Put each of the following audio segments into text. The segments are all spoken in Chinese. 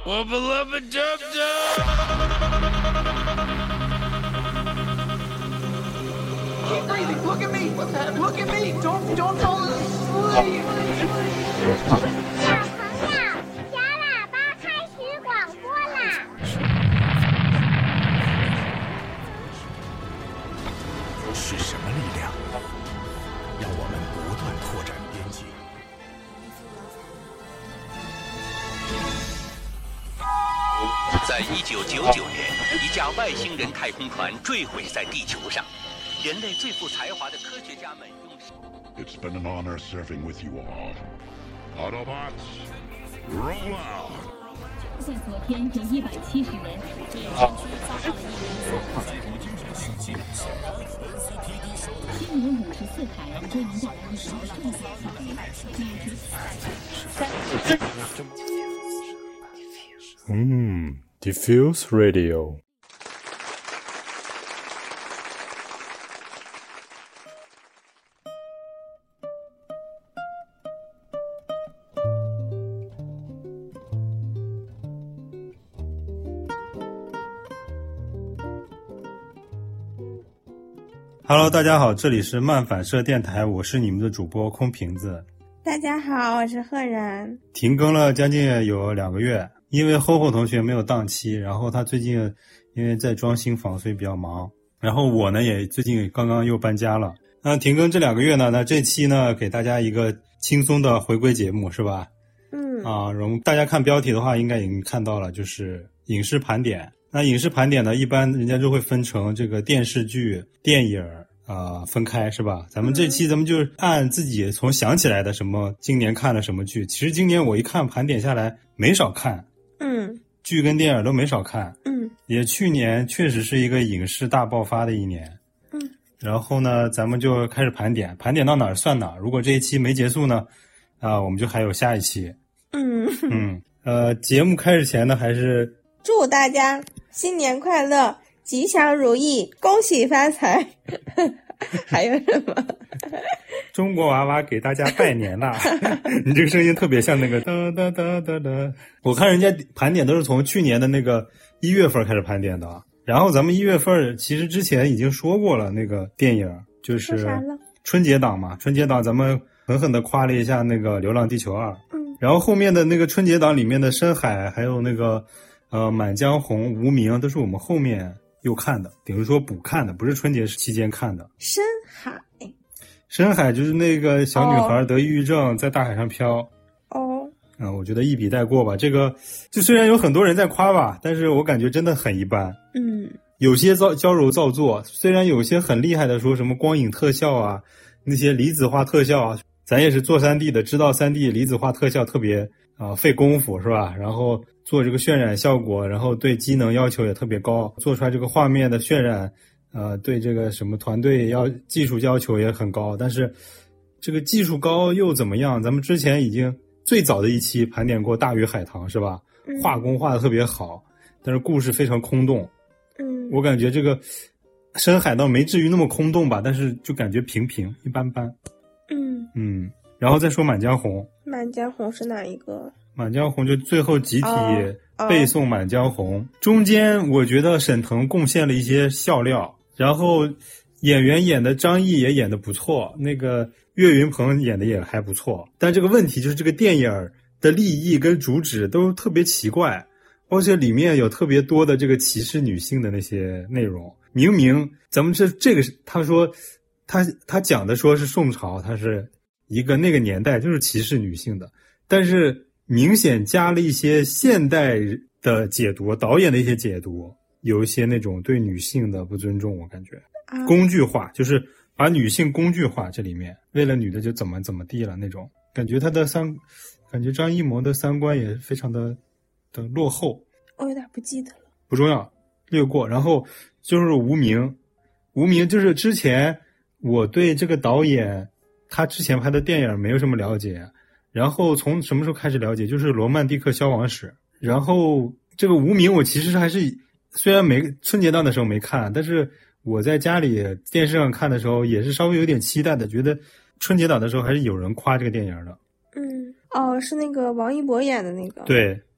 我beloved Dub Dub! Keep breathing. Look at me. What the heck? Look at me. Don't fall asleep. 小喇叭开始广播啦！ 是什么力量，让我们不断拓展边界？ 在1999年，一架外星人太空船坠毁在地球上，人类最富才华的科学家们用。 It's been an honor serving with you all. Autobots, roll out. 在昨天有170人对山区遭到了新闻54台为您带来一条正在Diffuse Radio。Hello， 大家好，这里是漫反射电台，我是你们的主播空瓶子。 大家好，我是赫然。 停更了将近有2个月，因为厚厚同学没有档期，然后他最近因为在装新房，所以比较忙。然后我呢也最近刚刚又搬家了。那停更这2个月呢，那这期呢给大家一个轻松的回归节目，是吧？大家看标题的话应该已经看到了，就是影视盘点。那影视盘点呢，一般人家就会分成这个电视剧、电影分开，是吧？咱们这期咱们就按自己从想起来的什么今年看了什么剧。其实今年我一看盘点下来没少看，剧跟电影都没少看，也去年确实是一个影视大爆发的一年，然后呢，咱们就开始盘点到哪儿算哪儿。如果这一期没结束呢，我们就还有下一期。节目开始前呢，还是祝大家新年快乐，吉祥如意，恭喜发财。还有什么？ 中国娃娃给大家拜年啦！你这个声音特别像那个哒哒哒哒哒。我看人家盘点都是从去年的那个1月份开始盘点的，然后咱们1月份其实之前已经说过了，那个电影就是春节档嘛，春节档咱们狠狠地夸了一下那个《流浪地球2》，然后后面的那个春节档里面的《深海》还有那个满江红、无名都是我们后面又看的，等于说补看的，不是春节期间看的。 深海就是那个小女孩得抑郁症在大海上飘。我觉得一笔带过吧。这个就虽然有很多人在夸吧，但是我感觉真的很一般。有些娇柔造作，虽然有些很厉害的说什么光影特效啊，那些离子化特效啊，咱也是做 3D 的，知道 3D 离子化特效特别费功夫，是吧？然后做这个渲染效果，然后对机能要求也特别高，做出来这个画面的渲染对这个什么团队技术要求也很高。但是这个技术高又怎么样？咱们之前已经最早的一期盘点过《大鱼海棠》，是吧？画工画得特别好，但是故事非常空洞。我感觉这个深海倒没至于那么空洞吧，但是就感觉平平一般般。然后再说满江红。 满江红是哪一个？ 满江红就最后集体背诵满江红，中间我觉得沈腾贡献了一些笑料，然后演员演的张译也演得不错，那个岳云鹏演的也还不错。但这个问题就是这个电影的立意跟主旨都特别奇怪，而且里面有特别多的这个歧视女性的那些内容。明明咱们这个他说他讲的说是宋朝，他是一个那个年代就是歧视女性的，但是明显加了一些现代的解读，导演的一些解读有一些那种对女性的不尊重，我感觉工具化，就是把女性工具化，这里面为了女的就怎么地了那种感觉。感觉张艺谋的三观也非常的落后。 我有点不记得了， 不重要，略过。然后就是无名就是之前我对这个导演他之前拍的电影没有什么了解，然后从什么时候开始了解，就是《罗曼蒂克消亡史》。然后这个无名我其实还是虽然春节档的时候没看，但是我在家里电视上看的时候也是稍微有点期待的，觉得春节档的时候还是有人夸这个电影的。 是那个王一博演的那个。 对，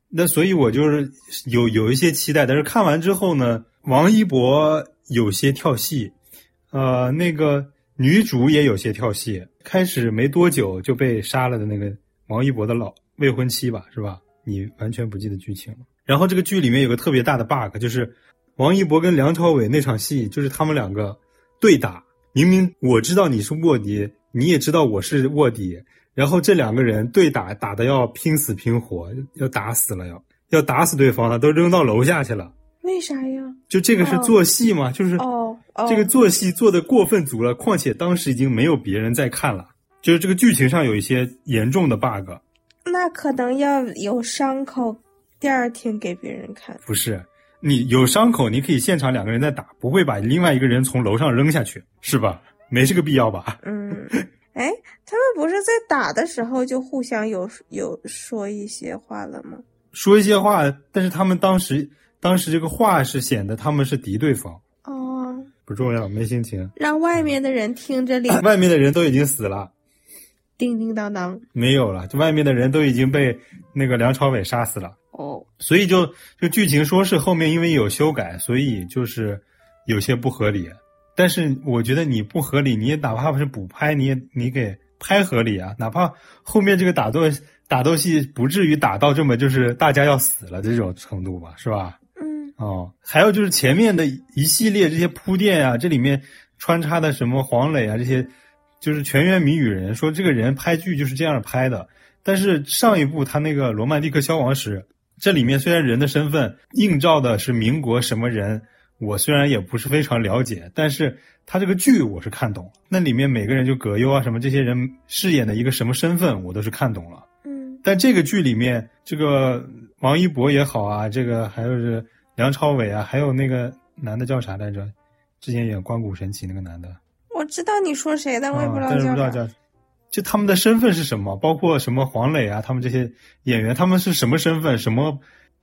那所以我就是有一些期待，但是看完之后呢，王一博有些跳戏，那个女主也有些跳戏，开始没多久就被杀了的那个王一博的未婚妻吧，是吧？你完全不记得剧情了。然后这个剧里面有个特别大的 bug， 就是王一博跟梁朝伟那场戏，就是他们两个对打，明明我知道你是卧底，你也知道我是卧底，然后这两个人对打，打的要拼死拼活，要打死了，要打死对方了，都扔到楼下去了。 为啥呀？ 就这个是做戏嘛，就是这个做戏做的过分足了，况且当时已经没有别人在看了，就是这个剧情上有一些严重的 bug。 那可能要有伤口，第二天给别人看。 不是，你有伤口，你可以现场两个人在打，不会把另外一个人从楼上扔下去，是吧？没这个必要吧？ 哎，他们不是在打的时候就互相有说一些话了吗？ 说一些话，但是他们当时这个话是显得他们是敌对方。不重要，没心情。 让外面的人听着里， 外面的人都已经死了。 叮叮当当， 没有了，就外面的人都已经被那个梁朝伟杀死了。所以就剧情说是后面因为有修改，所以就是有些不合理。但是我觉得你不合理，你也哪怕是补拍，你给拍合理啊，哪怕后面这个打斗戏不至于打到这么就是大家要死了这种程度吧，是吧？还有就是前面的一系列这些铺垫啊，这里面穿插的什么黄磊啊，这些就是全员谜语人，说这个人拍剧就是这样拍的。但是上一部他那个罗曼蒂克消亡史，这里面虽然人的身份映照的是民国什么人，我虽然也不是非常了解，但是他这个剧我是看懂了，那里面每个人就葛优啊什么这些人饰演的一个什么身份我都是看懂了。但这个剧里面这个王一博也好啊，这个还有是梁朝伟啊，还有那个男的叫啥来着，之前演关谷神奇那个男的， 我知道你说谁，但我也不知道叫啥。 就他们的身份是什么，包括什么黄磊啊，他们这些演员他们是什么身份，什么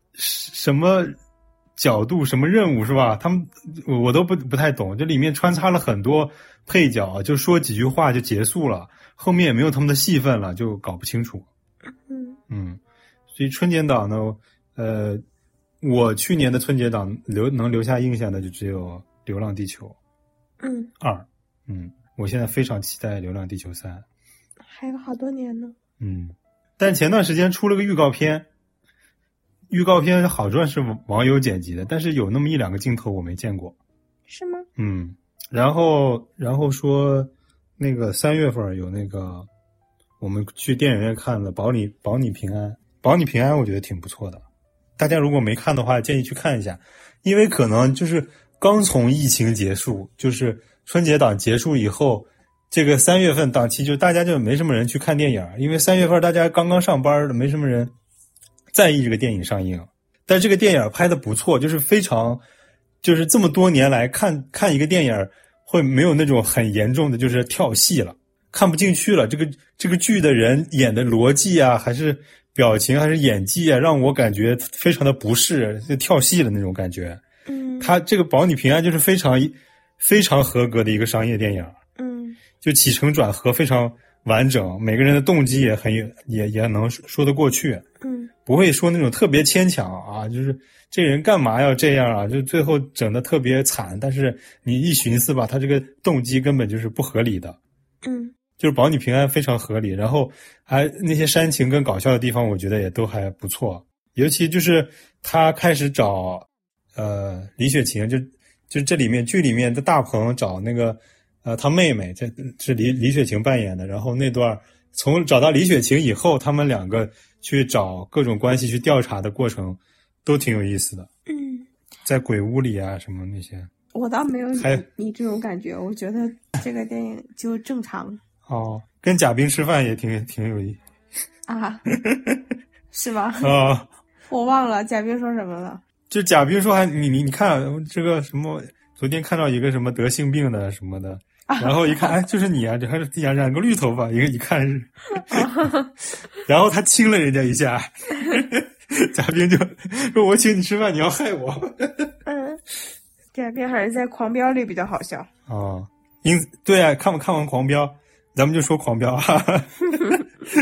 角度，什么任务，是吧？他们我都不太懂，这里面穿插了很多配角，就说几句话就结束了，后面也没有他们的戏份了，就搞不清楚。所以春节档呢，我去年的春节档能留下印象的就只有《流浪地球》2。我现在非常期待《流浪地球3》。 还有好多年呢。 但前段时间出了个预告片好像是网友剪辑的，但是有那么一两个镜头我没见过。 是吗？ 然后说那个3月份有那个我们去电影院看了保你平安，保你平安我觉得挺不错的，大家如果没看的话建议去看一下，因为可能就是刚从疫情结束，就是春节档结束以后，这个3月份档期就大家就没什么人去看电影，因为3月份大家刚刚上班的，没什么人在意这个电影上映。但这个电影拍的不错，就是非常就是这么多年来看一个电影会没有那种很严重的就是跳戏了，看不进去了，这个剧的人演的逻辑啊，还是表情还是演技啊，让我感觉非常的不适，就跳戏的那种感觉。他这个保你平安就是非常合格的一个商业电影。就起承转合非常完整，每个人的动机也能说得过去。不会说那种特别牵强啊，就是这人干嘛要这样啊，就最后整得特别惨，但是你一寻思吧，他这个动机根本就是不合理的。就是保你平安非常合理，然后还那些煽情跟搞笑的地方我觉得也都还不错，尤其就是他开始找李雪琴，就这里面剧里面的大鹏找那个他妹妹，这是李雪琴扮演的，然后那段从找到李雪琴以后，他们两个去找各种关系去调查的过程都挺有意思的。在鬼屋里啊什么那些， 我倒没有你这种感觉，我觉得这个电影就正常。 跟贾冰吃饭也挺有意啊，是吗？ 啊， 我忘了贾冰说什么了。 就贾冰说你看这个什么，昨天看到一个什么得性病的什么的，然后一看哎就是你啊，这还是染个绿头发，一看是，然后他亲了人家一下，贾冰就说我请你吃饭，你要害我。 贾冰还是在狂飙里比较好笑。 对啊，看完狂飙咱们就说狂飙。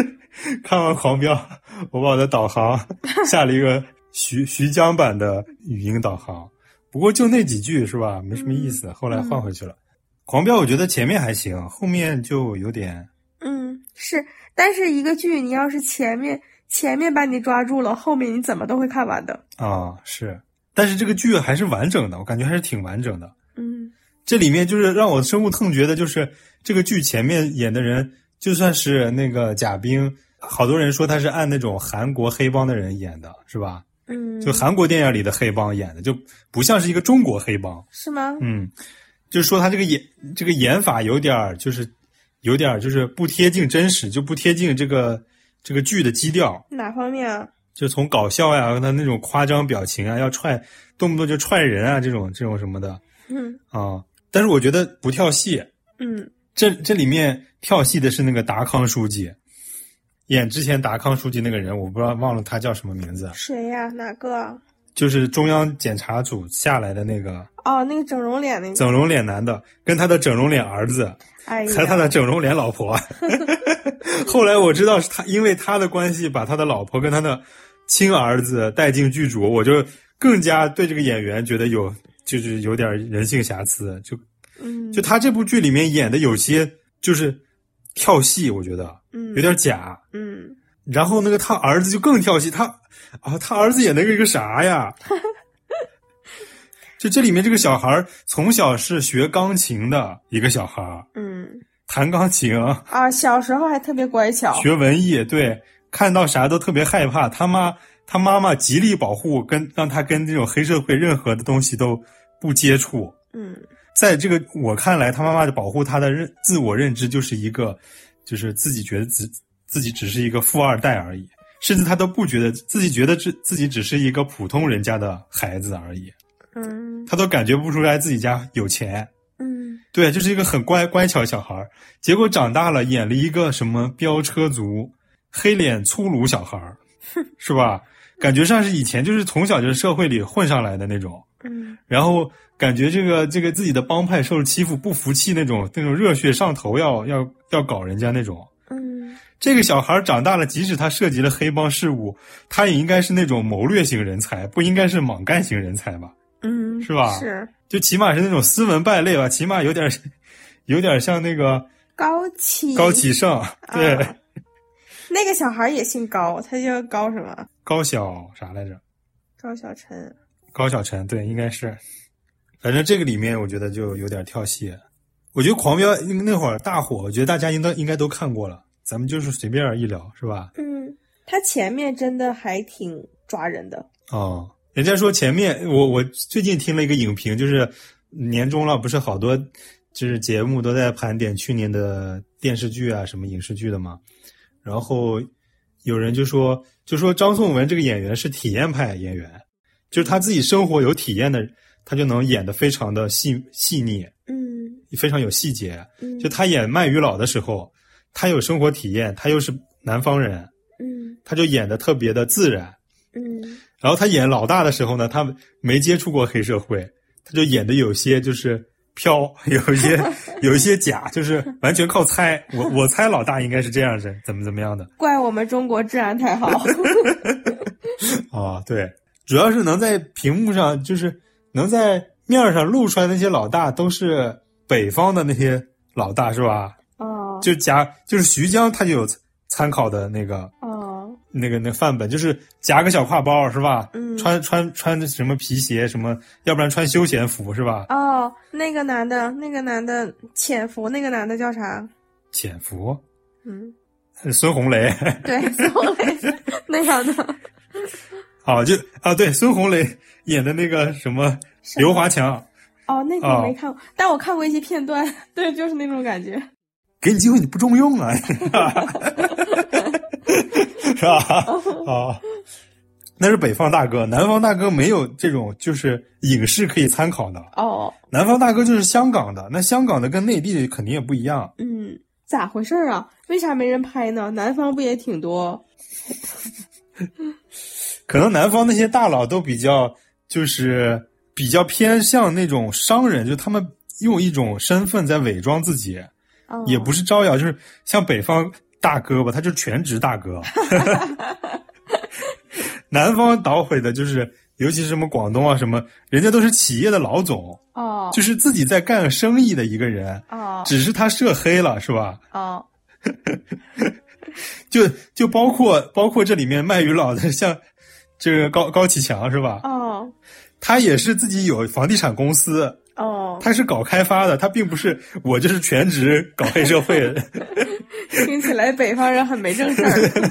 看完《狂飙》，我把我的导航下了一个徐江版的语音导航。不过就那几句是吧，没什么意思，后来换回去了。狂飙我觉得前面还行，后面就有点是，但是一个剧你要是前面把你抓住了，后面你怎么都会看完的啊。是，但是这个剧还是完整的，我感觉还是挺完整的。这里面就是让我深恶痛绝的，就是这个剧前面演的人，就算是那个贾冰，好多人说他是按那种韩国黑帮的人演的，是吧？就韩国电影里的黑帮演的，就不像是一个中国黑帮， 是吗？ 就是说他这个演法有点就是不贴近真实，就不贴近这个剧的基调。哪方面啊？就从搞笑呀，他那种夸张表情啊，要动不动就踹人啊，这种什么的。但是我觉得不跳戏。这里面跳戏的是那个达康书记，演之前达康书记那个人，我不知道忘了他叫什么名字。 谁呀？哪个？就是中央检察组下来的那个。 哦，那个整容脸那个。 整容脸男的，跟他的整容脸儿子，还他的整容脸老婆。后来我知道是他，因为他的关系把他的老婆跟他的亲儿子带进剧组，我就更加对这个演员觉得就是有点人性瑕疵，就他这部剧里面演的有些就是跳戏，我觉得有点假。然后那个他儿子就更跳戏，他儿子演那个啥呀？就这里面这个小孩从小是学钢琴的一个小孩，弹钢琴啊，小时候还特别乖巧，学文艺，对，看到啥都特别害怕，他妈妈极力保护，让他跟这种黑社会任何的东西都不接触。在这个我看来，他妈妈的保护他的自我认知就是一个，就是自己觉得自己只是一个富二代而已，甚至他都不觉得自己觉得自己只是一个普通人家的孩子而已。他都感觉不出来自己家有钱。对，就是一个很乖巧小孩，结果长大了演了一个什么飙车族，黑脸粗鲁小孩，是吧？感觉上是以前就是从小就是社会里混上来的那种。然后感觉这个自己的帮派受了欺负，不服气那种热血上头，要搞人家那种。这个小孩长大了，即使他涉及了黑帮事务，他也应该是那种谋略型人才，不应该是莽干型人才吧？是吧？是，就起码是那种斯文败类吧，起码有点像那个高启盛。对， 那个小孩也姓高，他叫高什么？ 高小啥来着？高小晨，对，应该是。反正这个里面我觉得就有点跳戏。我觉得狂飙那会儿大火，我觉得大家应该都看过了，咱们就是随便一聊，是吧？ 他前面真的还挺抓人的。 人家说前面我最近听了一个影评，就是年终了，不是好多就是节目都在盘点去年的电视剧啊什么影视剧的嘛，然后有人就说张颂文这个演员是体验派演员，就是他自己生活有体验的，他就能演得非常的细腻，非常有细节。就他演卖鱼佬的时候，他有生活体验，他又是南方人，他就演得特别的自然。然后他演老大的时候呢，他没接触过黑社会，他就演的有些就是飘，有一些假，就是完全靠猜。我猜老大应该是这样子，怎么样的。 怪我们中国治安太好。 对，主要是能在屏幕上，就是能在面上露出来的那些老大都是北方的那些老大，是吧？就是徐江他就有参考的那个。那范本就是夹个小挎包，是吧？穿什么皮鞋什么，要不然穿休闲服，是吧？ 那个男的潜伏，那个男的叫啥？ 潜伏？孙红雷。对， 孙红雷那样的。 对，孙红雷演的那个什么刘华强。 那个我没看过，但我看过一些片段，对，就是那种感觉。 给你机会你不中用啊。是吧？那是北方大哥，南方大哥没有这种就是影视可以参考的。南方大哥就是香港的，那香港的跟内地肯定也不一样。 咋回事啊？为啥没人拍呢？南方不也挺多？ 可能南方那些大佬都比较偏向那种商人，就他们用一种身份在伪装自己，也不是招摇，就是像北方大哥吧，他就是全职大哥。南方捣毁的就是，尤其是什么广东啊什么，人家都是企业的老总， 哦， 就是自己在干生意的一个人， 哦， 只是他涉黑了，是吧？ 哦， 就包括这里面卖鱼佬的，像这个高启强是吧？ 哦， 他也是自己有房地产公司。 哦， 他是搞开发的，他并不是我就是全职搞黑社会的。 听起来北方人很没正事儿。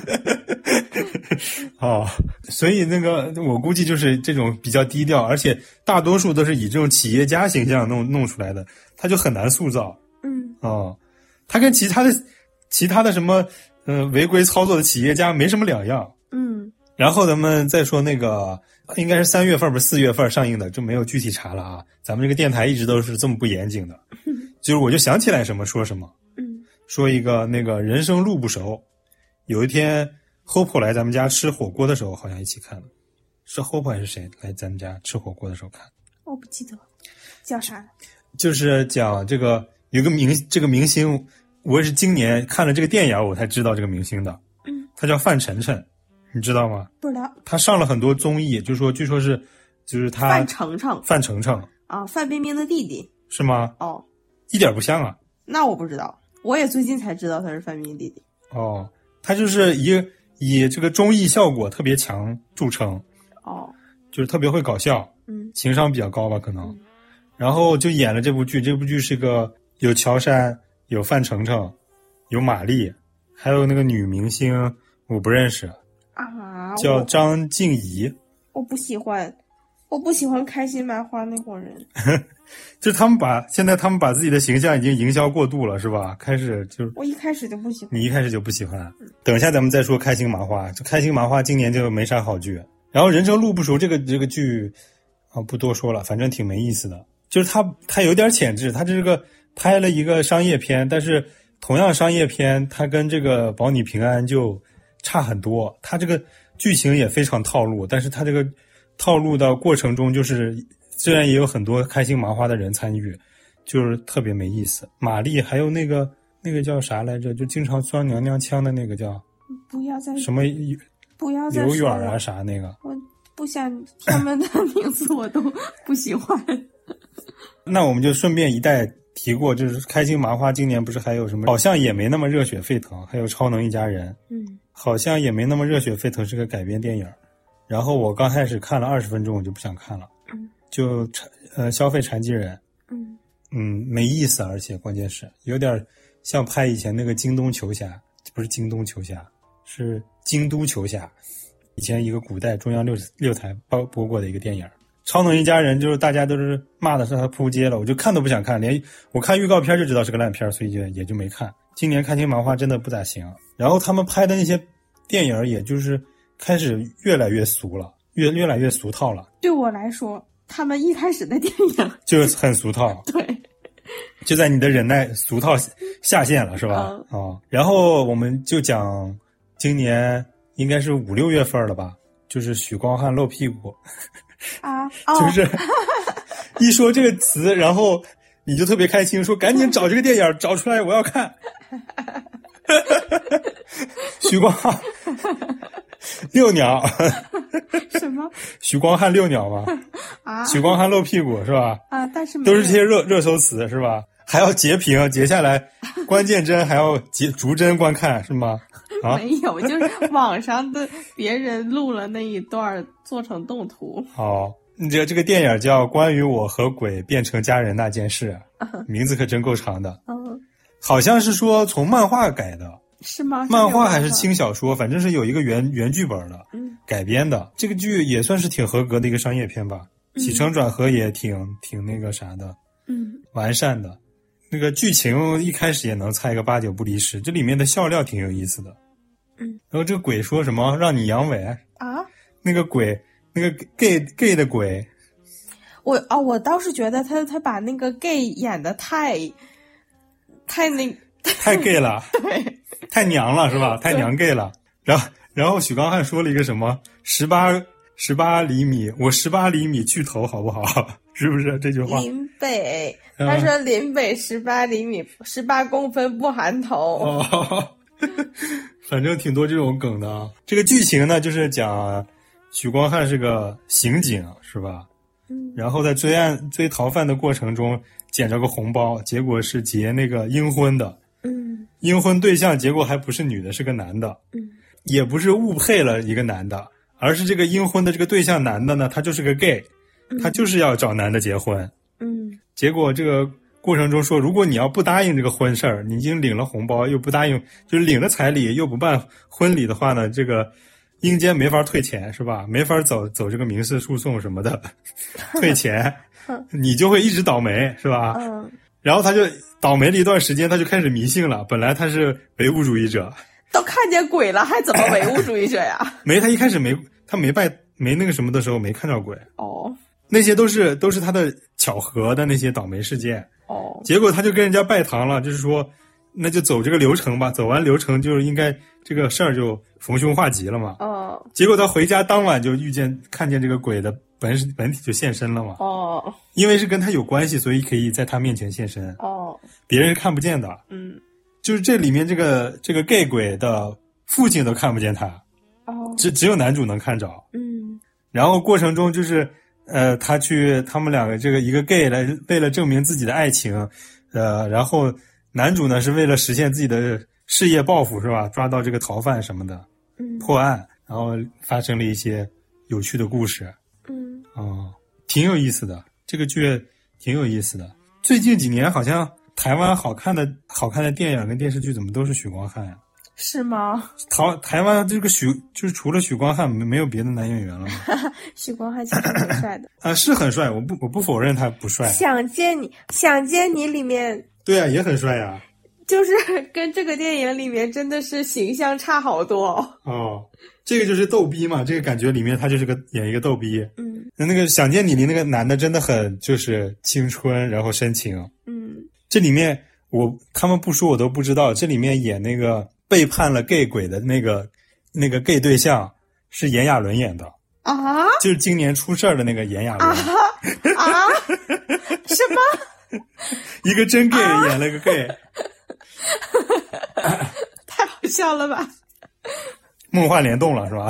哦，所以那个我估计就是这种比较低调，而且大多数都是以这种企业家形象弄出来的，他就很难塑造。 嗯， 哦，他跟其他的什么违规操作的企业家没什么两样。 嗯， 然后咱们再说那个。应该是3月份不是4月份上映的，就没有具体查了啊。咱们这个电台一直都是这么不严谨的，就是我就想起来什么说什么。说一个那个人生路不熟，有一天 Hope 来咱们家吃火锅的时候，好像一起看了，是 Hope 还是谁来咱们家吃火锅的时候看？ 我不记得叫啥， 就是讲这个有个这个明星，我也是今年看了这个电影我才知道这个明星的。他叫范丞丞。你知道吗？ 不知道。他上了很多综艺，据说就是他范丞丞啊，范冰冰的弟弟是吗？ 哦， 一点不像啊。 那我不知道，我也最近才知道他是范冰冰弟弟。 哦，他就是以这个综艺效果特别强著称。 哦， 就是特别会搞笑，情商比较高吧可能。然后就演了这部剧，这部剧是个有乔杉、有范丞丞、有马丽，还有那个女明星我不认识。 啊， 叫张静怡。 我不喜欢开心麻花那伙人。 就现在他们把自己的形象已经营销过度了，是吧？ 我一开始就不喜欢。 你一开始就不喜欢。等一下咱们再说开心麻花。这开心麻花今年就没啥好剧。然后人生路不熟这个剧啊，不多说了，反正挺没意思的。就是他有点潜质，他这个拍了一个商业片，但是同样商业片，他跟这个保你平安就差很多。他这个剧情也非常套路，但是他这个套路的过程中，就是虽然也有很多开心麻花的人参与，就是特别没意思。马丽还有那个叫啥来着，就经常钻娘娘腔的那个叫不要再什么不要再刘远啊啥那个， 我不想他们的名字我都不喜欢。 那我们就顺便一带提过，就是开心麻花今年不是还有什么好像也没那么热血沸腾，还有超能一家人，好像也没那么热血沸腾是个改编电影。然后我刚开始看了20分钟我就不想看了，就消费残疾人，没意思，而且关键是有点像拍以前那个京东球侠，不是京东球侠，是京都球侠，以前一个古代中央六台播过的一个电影。超能一家人就是大家都是骂的是他扑街了，我就看都不想看，连我看预告片就知道是个烂片，所以也就没看。今年开心麻花真的不咋行，然后他们拍的那些电影也就是开始越来越俗了，越来越俗套了。 对我来说，他们一开始的电影就是很俗套。 对， 就在你的忍耐俗套下限了，是吧？然后我们就讲今年应该是5、6月份了吧，就是许光汉露屁股。就是一说这个词，然后你就特别开心，说赶紧找这个电影找出来，我要看。许光汉遛鸟。 什么？ 许光汉遛鸟吗？许光汉露屁股是吧？ 但是都是这些热搜词是吧？还要截屏截下来，关键帧还要逐帧观看是吗？ 没有，就是网上的别人录了那一段做成动图。 这个电影叫《关于我和鬼变成家人那件事》，名字可真够长的。好像是说从漫画改的。 是吗？ 漫画还是轻小说，反正是有一个原剧本的，改编的。这个剧也算是挺合格的一个商业片吧，起承转合也挺那个啥的，完善的。那个剧情一开始也能猜个8、9不离十，这里面的笑料挺有意思的。然后这个鬼说什么让你阳痿啊？那个鬼，那个 gay 的鬼， 我倒是觉得他把那个 gay 演的太 gay 了， 对， 太娘了是吧？太娘 gay 了。然后许光汉说了一个什么18厘米，我18厘米去头好不好？是不是这句话？ 林北，他说林北18厘米，18公分不含头。 反正挺多这种梗的啊。这个剧情呢，就是讲许光汉是个刑警，是吧？然后在追逃犯的过程中捡着个红包，结果是劫那个阴婚的。阴婚对象结果还不是女的，是个男的。也不是误配了一个男的，而是这个阴婚的这个对象男的呢，他就是个 gay，他就是要找男的结婚。结果这个过程中说，如果你要不答应这个婚事儿，你已经领了红包又不答应，就是领了彩礼又不办婚礼的话呢，这个阴间没法退钱，是吧？没法走这个民事诉讼什么的退钱，你就会一直倒霉，是吧？然后他就倒霉了一段时间，他就开始迷信了。本来他是唯物主义者， 都看见鬼了，还怎么唯物主义者呀？ 他一开始没那个什么的时候没看到鬼。那些都是他的巧合的那些倒霉事件。结果他就跟人家拜堂了，就是说那就走这个流程吧，走完流程就应该这个事儿就逢凶化吉了嘛。结果他回家当晚就看见这个鬼的本体就现身了嘛。因为是跟他有关系，所以可以在他面前现身。别人是看不见的。就是这里面这个 gay 鬼的父亲都看不见他。只有男主能看着。然后过程中就是他们两个这个一个 gay 来为了证明自己的爱情，然后男主呢是为了实现自己的事业抱负，是吧？抓到这个逃犯什么的，破案，然后发生了一些有趣的故事。挺有意思的，这个剧挺有意思的。最近几年好像台湾好看的电影跟电视剧怎么都是许光汉呀？ 是吗？ 台湾这个就是除了许光汉没有别的男演员了吗？ 许光汉其实很帅的。 是很帅，我不否认他不帅。 想见你里面， 对啊，也很帅呀。 就是跟这个电影里面真的是形象差好多。 这个就是逗逼嘛，这个感觉里面他就是演一个逗逼。那个想见你里那个男的真的很就是青春，然后深情。这里面他们不说我都不知道，这里面演那个背叛了 gay 鬼的那个 gay 对象是炎亚纶演的。就是今年出事儿的那个炎亚纶。 什么？ 一个真 gay 演了个 gay。 太好笑了吧？ 梦幻联动了是吧？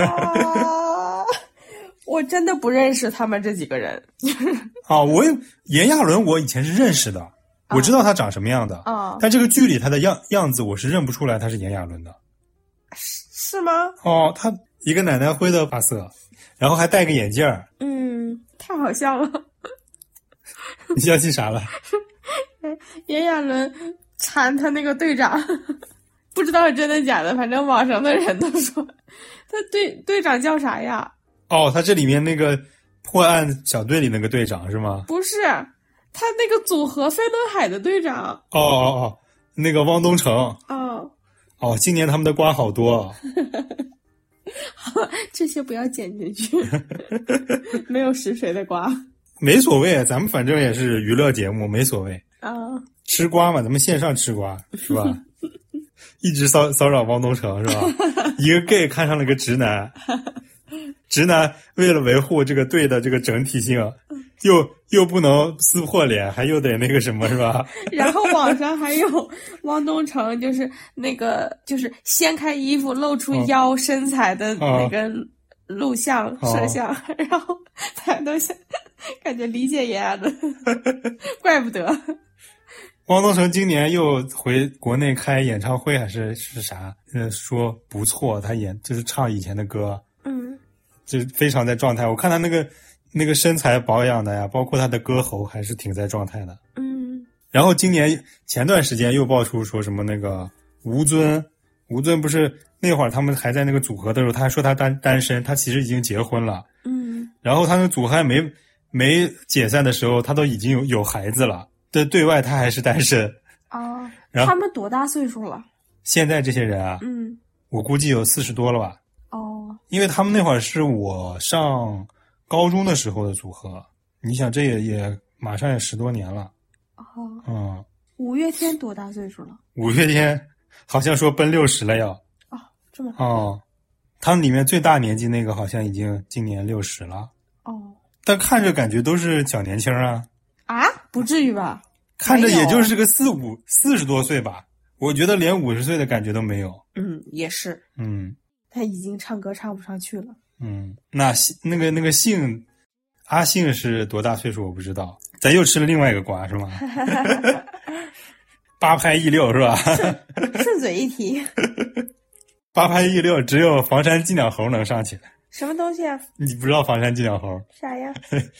我真的不认识他们这几个人。 炎亚纶我以前是认识的，我知道他长什么样的。但这个剧里他的样子我是认不出来他是炎亚纶的。 是吗？ 他一个奶奶灰的发色，然后还戴个眼镜儿。 太好笑了。 你相信啥了？ 炎亚纶缠他那个队长，不知道是真的假的，反正网上的人都说他队长叫啥呀？ 他这里面那个破案小队里那个队长是吗？ 不是，他那个组合飞轮海的队长。 那个汪东城。今年他们的瓜好多。 这些不要剪进去。没有实锤的瓜。 没所谓，咱们反正也是娱乐节目，没所谓。吃瓜嘛，咱们线上吃瓜是吧？一直骚扰汪东城是吧？一个 gay 看上了个直男，直男为了维护这个队的这个整体性，又不能撕破脸，还又得那个什么是吧？ 然后网上还有汪东城就是那个就是掀开衣服露出腰身材的那个录像摄像，然后大家都想感觉理解炎亚纶。怪不得。 汪东城今年又回国内开演唱会还是啥？说不错，他就是唱以前的歌。就是非常在状态。我看他那个身材保养的呀，包括他的歌喉还是挺在状态的。然后今年前段时间又爆出说什么那个吴尊不是那会儿他们还在那个组合的时候，他还说他单身，他其实已经结婚了。然后他那组合还没解散的时候，他都已经有孩子了。对外他还是单身。 他们多大岁数了？ 现在这些人啊，我估计有40多了吧。因为他们那会儿是我上高中的时候的组合，你想这也马上也10多年了。 五月天多大岁数了？ 五月天好像说奔60了要。 这么他们里面最大年纪那个好像已经今年60了。但看着感觉都是小年轻啊。 不至于吧？ 看着也就是个40多岁吧。 我觉得连50岁的感觉都没有。 也是。他已经唱歌唱不上去了。 那个姓阿信是多大岁数我不知道，咱又吃了另外一个瓜是吗？八拍一溜是吧？ 顺嘴一提。 八拍一溜，只有房山鸡鸟猴能上去。 什么东西啊？ 你不知道房山鸡鸟猴？ 啥呀？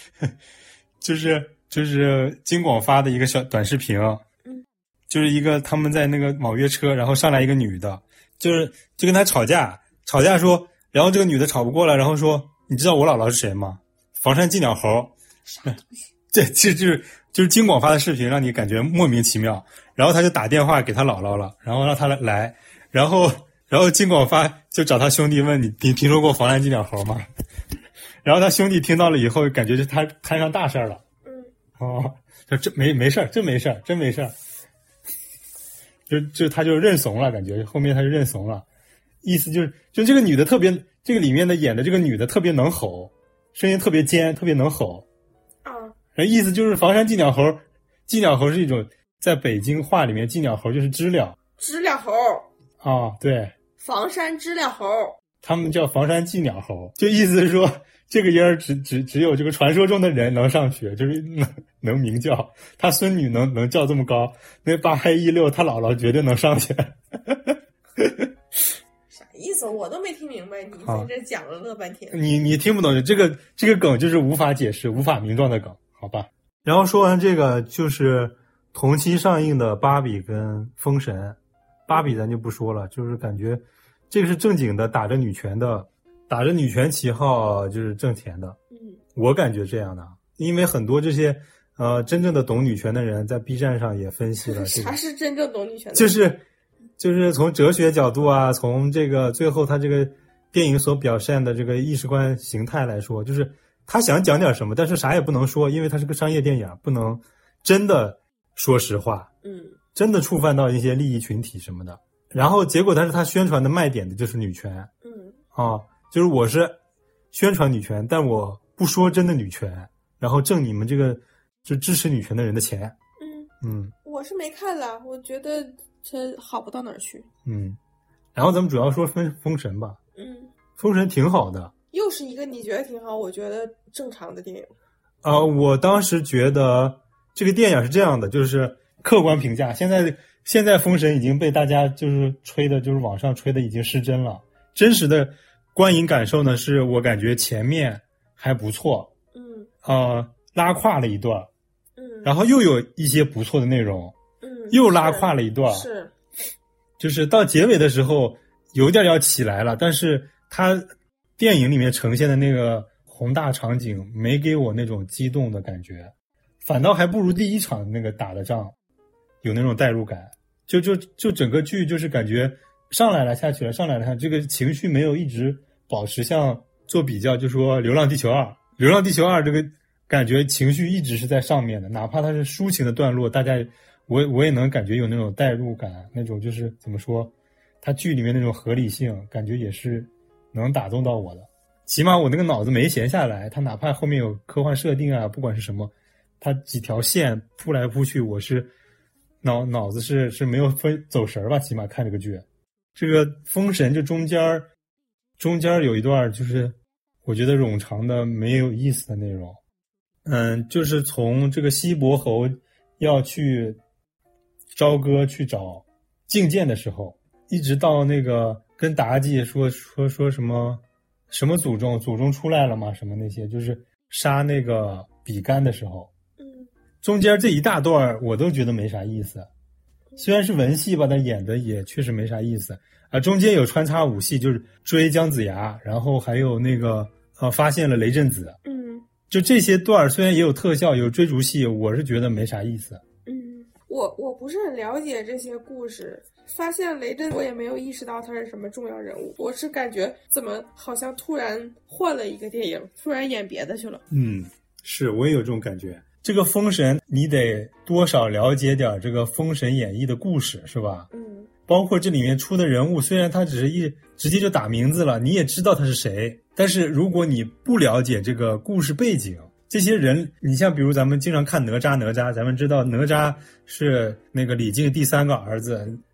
就是金广发的一个小短视频，就是一个他们在那个网约车，然后上来一个女的，就跟他吵架说，然后这个女的吵不过了，然后说你知道我姥姥是谁吗？房山鸡鸟猴。 啥东西？ 这就是金广发的视频，让你感觉莫名其妙。然后他就打电话给他姥姥了，然后让他来，然后金广发就找他兄弟问你听说过房山鸡鸟猴吗？然后他兄弟听到了以后，感觉就他摊上大事了。这没事儿，真没事儿，真没事儿。就他就认怂了，感觉后面他就认怂了，意思就这个女的特别，这个里面的演的这个女的特别能吼，声音特别尖，特别能吼。意思就是房山鸡鸟猴，鸡鸟猴是一种在北京话里面，鸡鸟猴就是知了猴。对， 房山知了猴， 他们叫房山鸡鸟猴，就意思是说这个音儿只有这个传说中的人能上去，就是能鸣叫，他孙女能叫这么高，那八拍一溜他姥姥绝对能上去。 啥意思？我都没听明白，你在这讲了乐半天。 你听不懂，这个梗就是无法解释、无法名状的梗，好吧？然后说完这个，就是同期上映的《芭比》跟《封神》。芭比咱就不说了，就是感觉这个是正经的打着女权旗号就是挣钱的。我感觉这样的，因为很多这些真正的懂女权的人在 B 站上也分析了这个。 啥是真正懂女权的？ 就是从哲学角度啊，从这个最后他这个电影所表现的这个意识观形态来说，就是他想讲点什么，但是啥也不能说，因为他是个商业电影，不能真的说实话。真的触犯到一些利益群体什么的，然后结果但是他宣传的卖点的就是女权。就是我是宣传女权，但我不说真的女权，然后挣你们这个就支持女权的人的钱。 我是没看了，我觉得这好不到哪儿去。 然后咱们主要说封神吧。封神挺好的， 又是一个你觉得挺好，我觉得正常的电影。 我当时觉得这个电影是这样的，就是客观评价，现在封神已经被大家就是吹的，就是网上吹的已经失真了。真实的观影感受呢，是我感觉前面还不错，拉胯了一段，然后又有一些不错的内容，又拉胯了一段， 是， 就是到结尾的时候有点要起来了，但是它电影里面呈现的那个宏大场景没给我那种激动的感觉，反倒还不如第一场那个打的仗有那种代入感。就整个剧就是感觉上来了下去了，上来了下去了，这个情绪没有一直保持，像做比较就说流浪地球2这个感觉情绪一直是在上面的，哪怕它是抒情的段落，大家我也能感觉有那种代入感，那种就是怎么说，它剧里面那种合理性感觉也是能打动到我的，起码我那个脑子没闲下来，它哪怕后面有科幻设定啊，不管是什么，它几条线扑来扑去，我是脑子是没有走神吧，起码看这个剧。这个封神就中间有一段就是我觉得冗长的没有意思的内容。就是从这个西伯侯要去朝歌去找觐见的时候，一直到那个跟妲己说什么祖宗出来了吗？什么那些，就是杀那个比干的时候，中间这一大段我都觉得没啥意思。虽然是文戏吧，但演的也确实没啥意思啊。中间有穿插武戏，就是追姜子牙，然后还有那个发现了雷震子。就这些段虽然也有特效有追逐戏，我是觉得没啥意思。 我不是很了解这些故事，发现雷震我也没有意识到他是什么重要人物，我是感觉怎么好像突然换了一个电影，突然演别的去了。 是我也有这种感觉。这个封神你得多少了解点这个封神演义的故事是吧？包括这里面出的人物，虽然他只是直接就打名字了，你也知道他是谁，但是如果你不了解这个故事背景，这些人你像比如咱们经常看哪吒，咱们知道哪吒是那个李靖第3个儿子，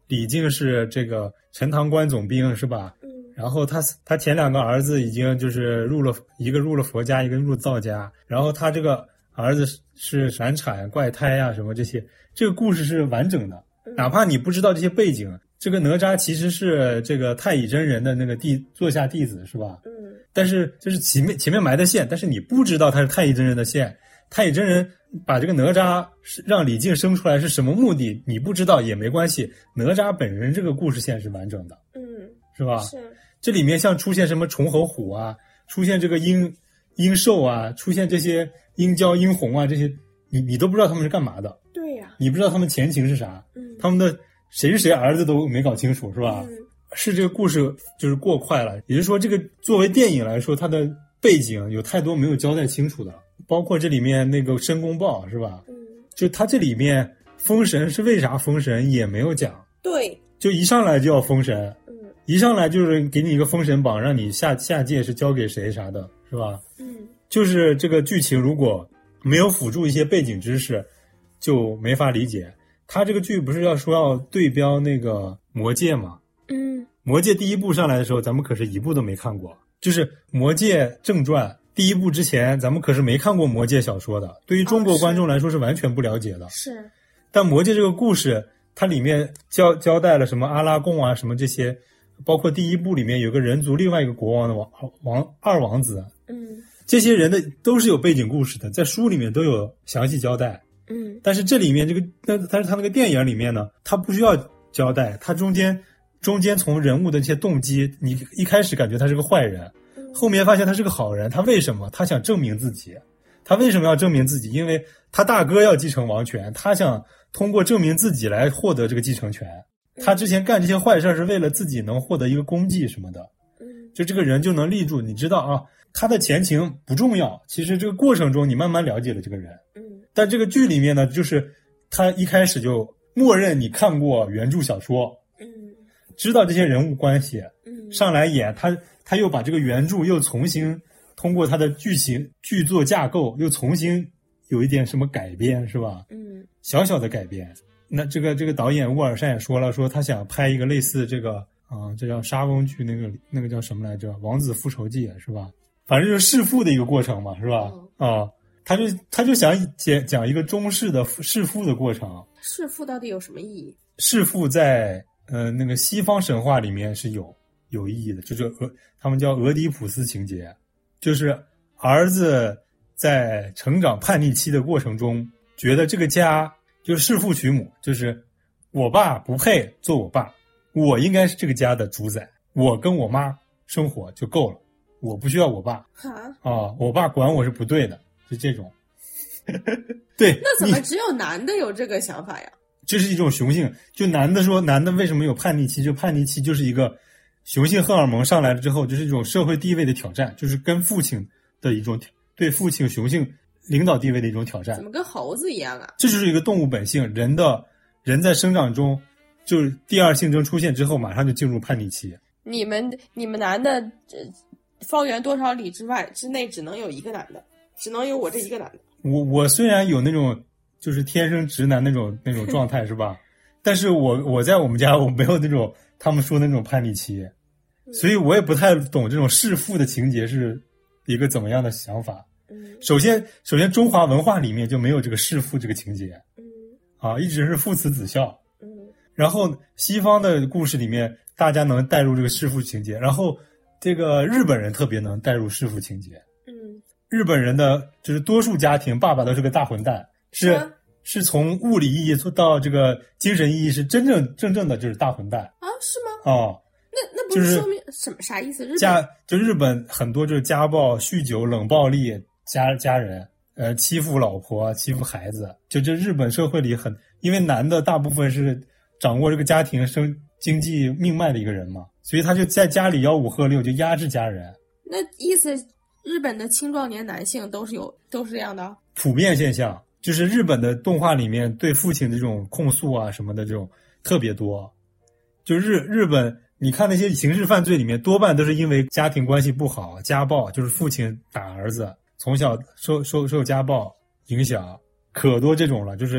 李靖是这个陈塘关总兵是吧？然后他前2个儿子已经就是一个入了佛家，一个入了道家，然后他这个儿子是闪产怪胎啊什么这些，这个故事是完整的，哪怕你不知道这些背景，这个哪吒其实是这个太乙真人的那个座下弟子是吧？但是就是前面埋的线，但是你不知道他是太乙真人的线，太乙真人把这个哪吒让李靖生出来是什么目的，你不知道也没关系，哪吒本人这个故事线是完整的，是吧？是。这里面像出现什么虫猴虎啊，出现这个鹰兽啊，出现这些鹰蛟鹰红啊，这些你都不知道他们是干嘛的。对呀。你不知道他们前情是啥，他们的谁是谁儿子都没搞清楚，是吧？是这个故事就是过快了，也就是说这个作为电影来说，它的背景有太多没有交代清楚的，包括这里面那个申公豹是吧？就它这里面封神是为啥封神也没有讲。对。就一上来就要封神。一上来就是给你一个封神榜，让你下届是交给谁啥的，是吧？就是这个剧情如果没有辅助一些背景知识，就没法理解。他这个剧不是要对标那个魔戒吗？魔戒第1部上来的时候，咱们可是一部都没看过。就是魔戒正传第1部之前，咱们可是没看过魔戒小说的。对于中国观众来说是完全不了解的。是。但魔戒这个故事，它里面交代了什么阿拉贡啊，什么这些。包括第1部里面有个人族另外一个国王的二王子，这些人的都是有背景故事的，在书里面都有详细交代，但是这里面但是他那个电影里面呢，他不需要交代，他中间从人物的这些动机，你一开始感觉他是个坏人，后面发现他是个好人，他为什么？他想证明自己，他为什么要证明自己？因为他大哥要继承王权，他想通过证明自己来获得这个继承权。他之前干这些坏事是为了自己能获得一个功绩什么的，就这个人就能立住。你知道啊，他的前情不重要，其实这个过程中你慢慢了解了这个人。但这个剧里面呢，就是他一开始就默认你看过原著小说，知道这些人物关系，上来演他又把这个原著又重新通过他的剧作架构又重新有一点什么改编，是吧？小小的改编。那这个导演沃尔善也说了，说他想拍一个类似这个这叫莎翁剧那个叫什么来着，王子复仇记是吧？反正就是弑父的一个过程嘛，是吧？他就想讲一个中式的弑父的过程。 弑父到底有什么意义？ 弑父在那个西方神话里面是有意义的，就是他们叫俄狄浦斯情节，就是儿子在成长叛逆期的过程中，觉得这个家就是弑父娶母，就是我爸不配做我爸，我应该是这个家的主宰，我跟我妈生活就够了，我不需要我爸我爸管我是不对的，就这种对。 那怎么只有男的有这个想法呀？ 这是一种雄性，就男的为什么有叛逆期，就叛逆期就是一个雄性荷尔蒙上来了之后，就是一种社会地位的挑战，就是跟父亲的一种对父亲雄性领导地位的一种挑战。 怎么跟猴子一样啊？ 这就是一个动物本性，人在生长中，就是第二性征出现之后，马上就进入叛逆期。 你们男的，方圆多少里之内只能有一个男的，只能有我这一个男的。 我虽然有那种就是天生直男那种状态是吧？但是我在我们家我没有那种他们说的那种叛逆期，所以我也不太懂这种弑父的情节是一个怎么样的想法。首先中华文化里面就没有这个弑父这个情节，一直是父慈子孝。然后西方的故事里面大家能带入这个弑父情节，然后这个日本人特别能带入弑父情节。日本人的就是多数家庭爸爸都是个大混蛋，是从物理意义到这个精神意义是真正的就是大混蛋啊？是吗？那不是说明什么啥意思？ 日本很多就是家暴、酗酒、冷暴力、家人欺负老婆、欺负孩子，就这日本社会里因为男的大部分是掌握这个家庭经济命脉的一个人嘛，所以他就在家里吆五喝六，就压制家人。 那意思日本的青壮年男性都是这样的？ 普遍现象，就是日本的动画里面对父亲的这种控诉啊什么的这种特别多。就日本你看那些刑事犯罪里面多半都是因为家庭关系不好，家暴，就是父亲打儿子，从小受家暴影响，可多这种了，就是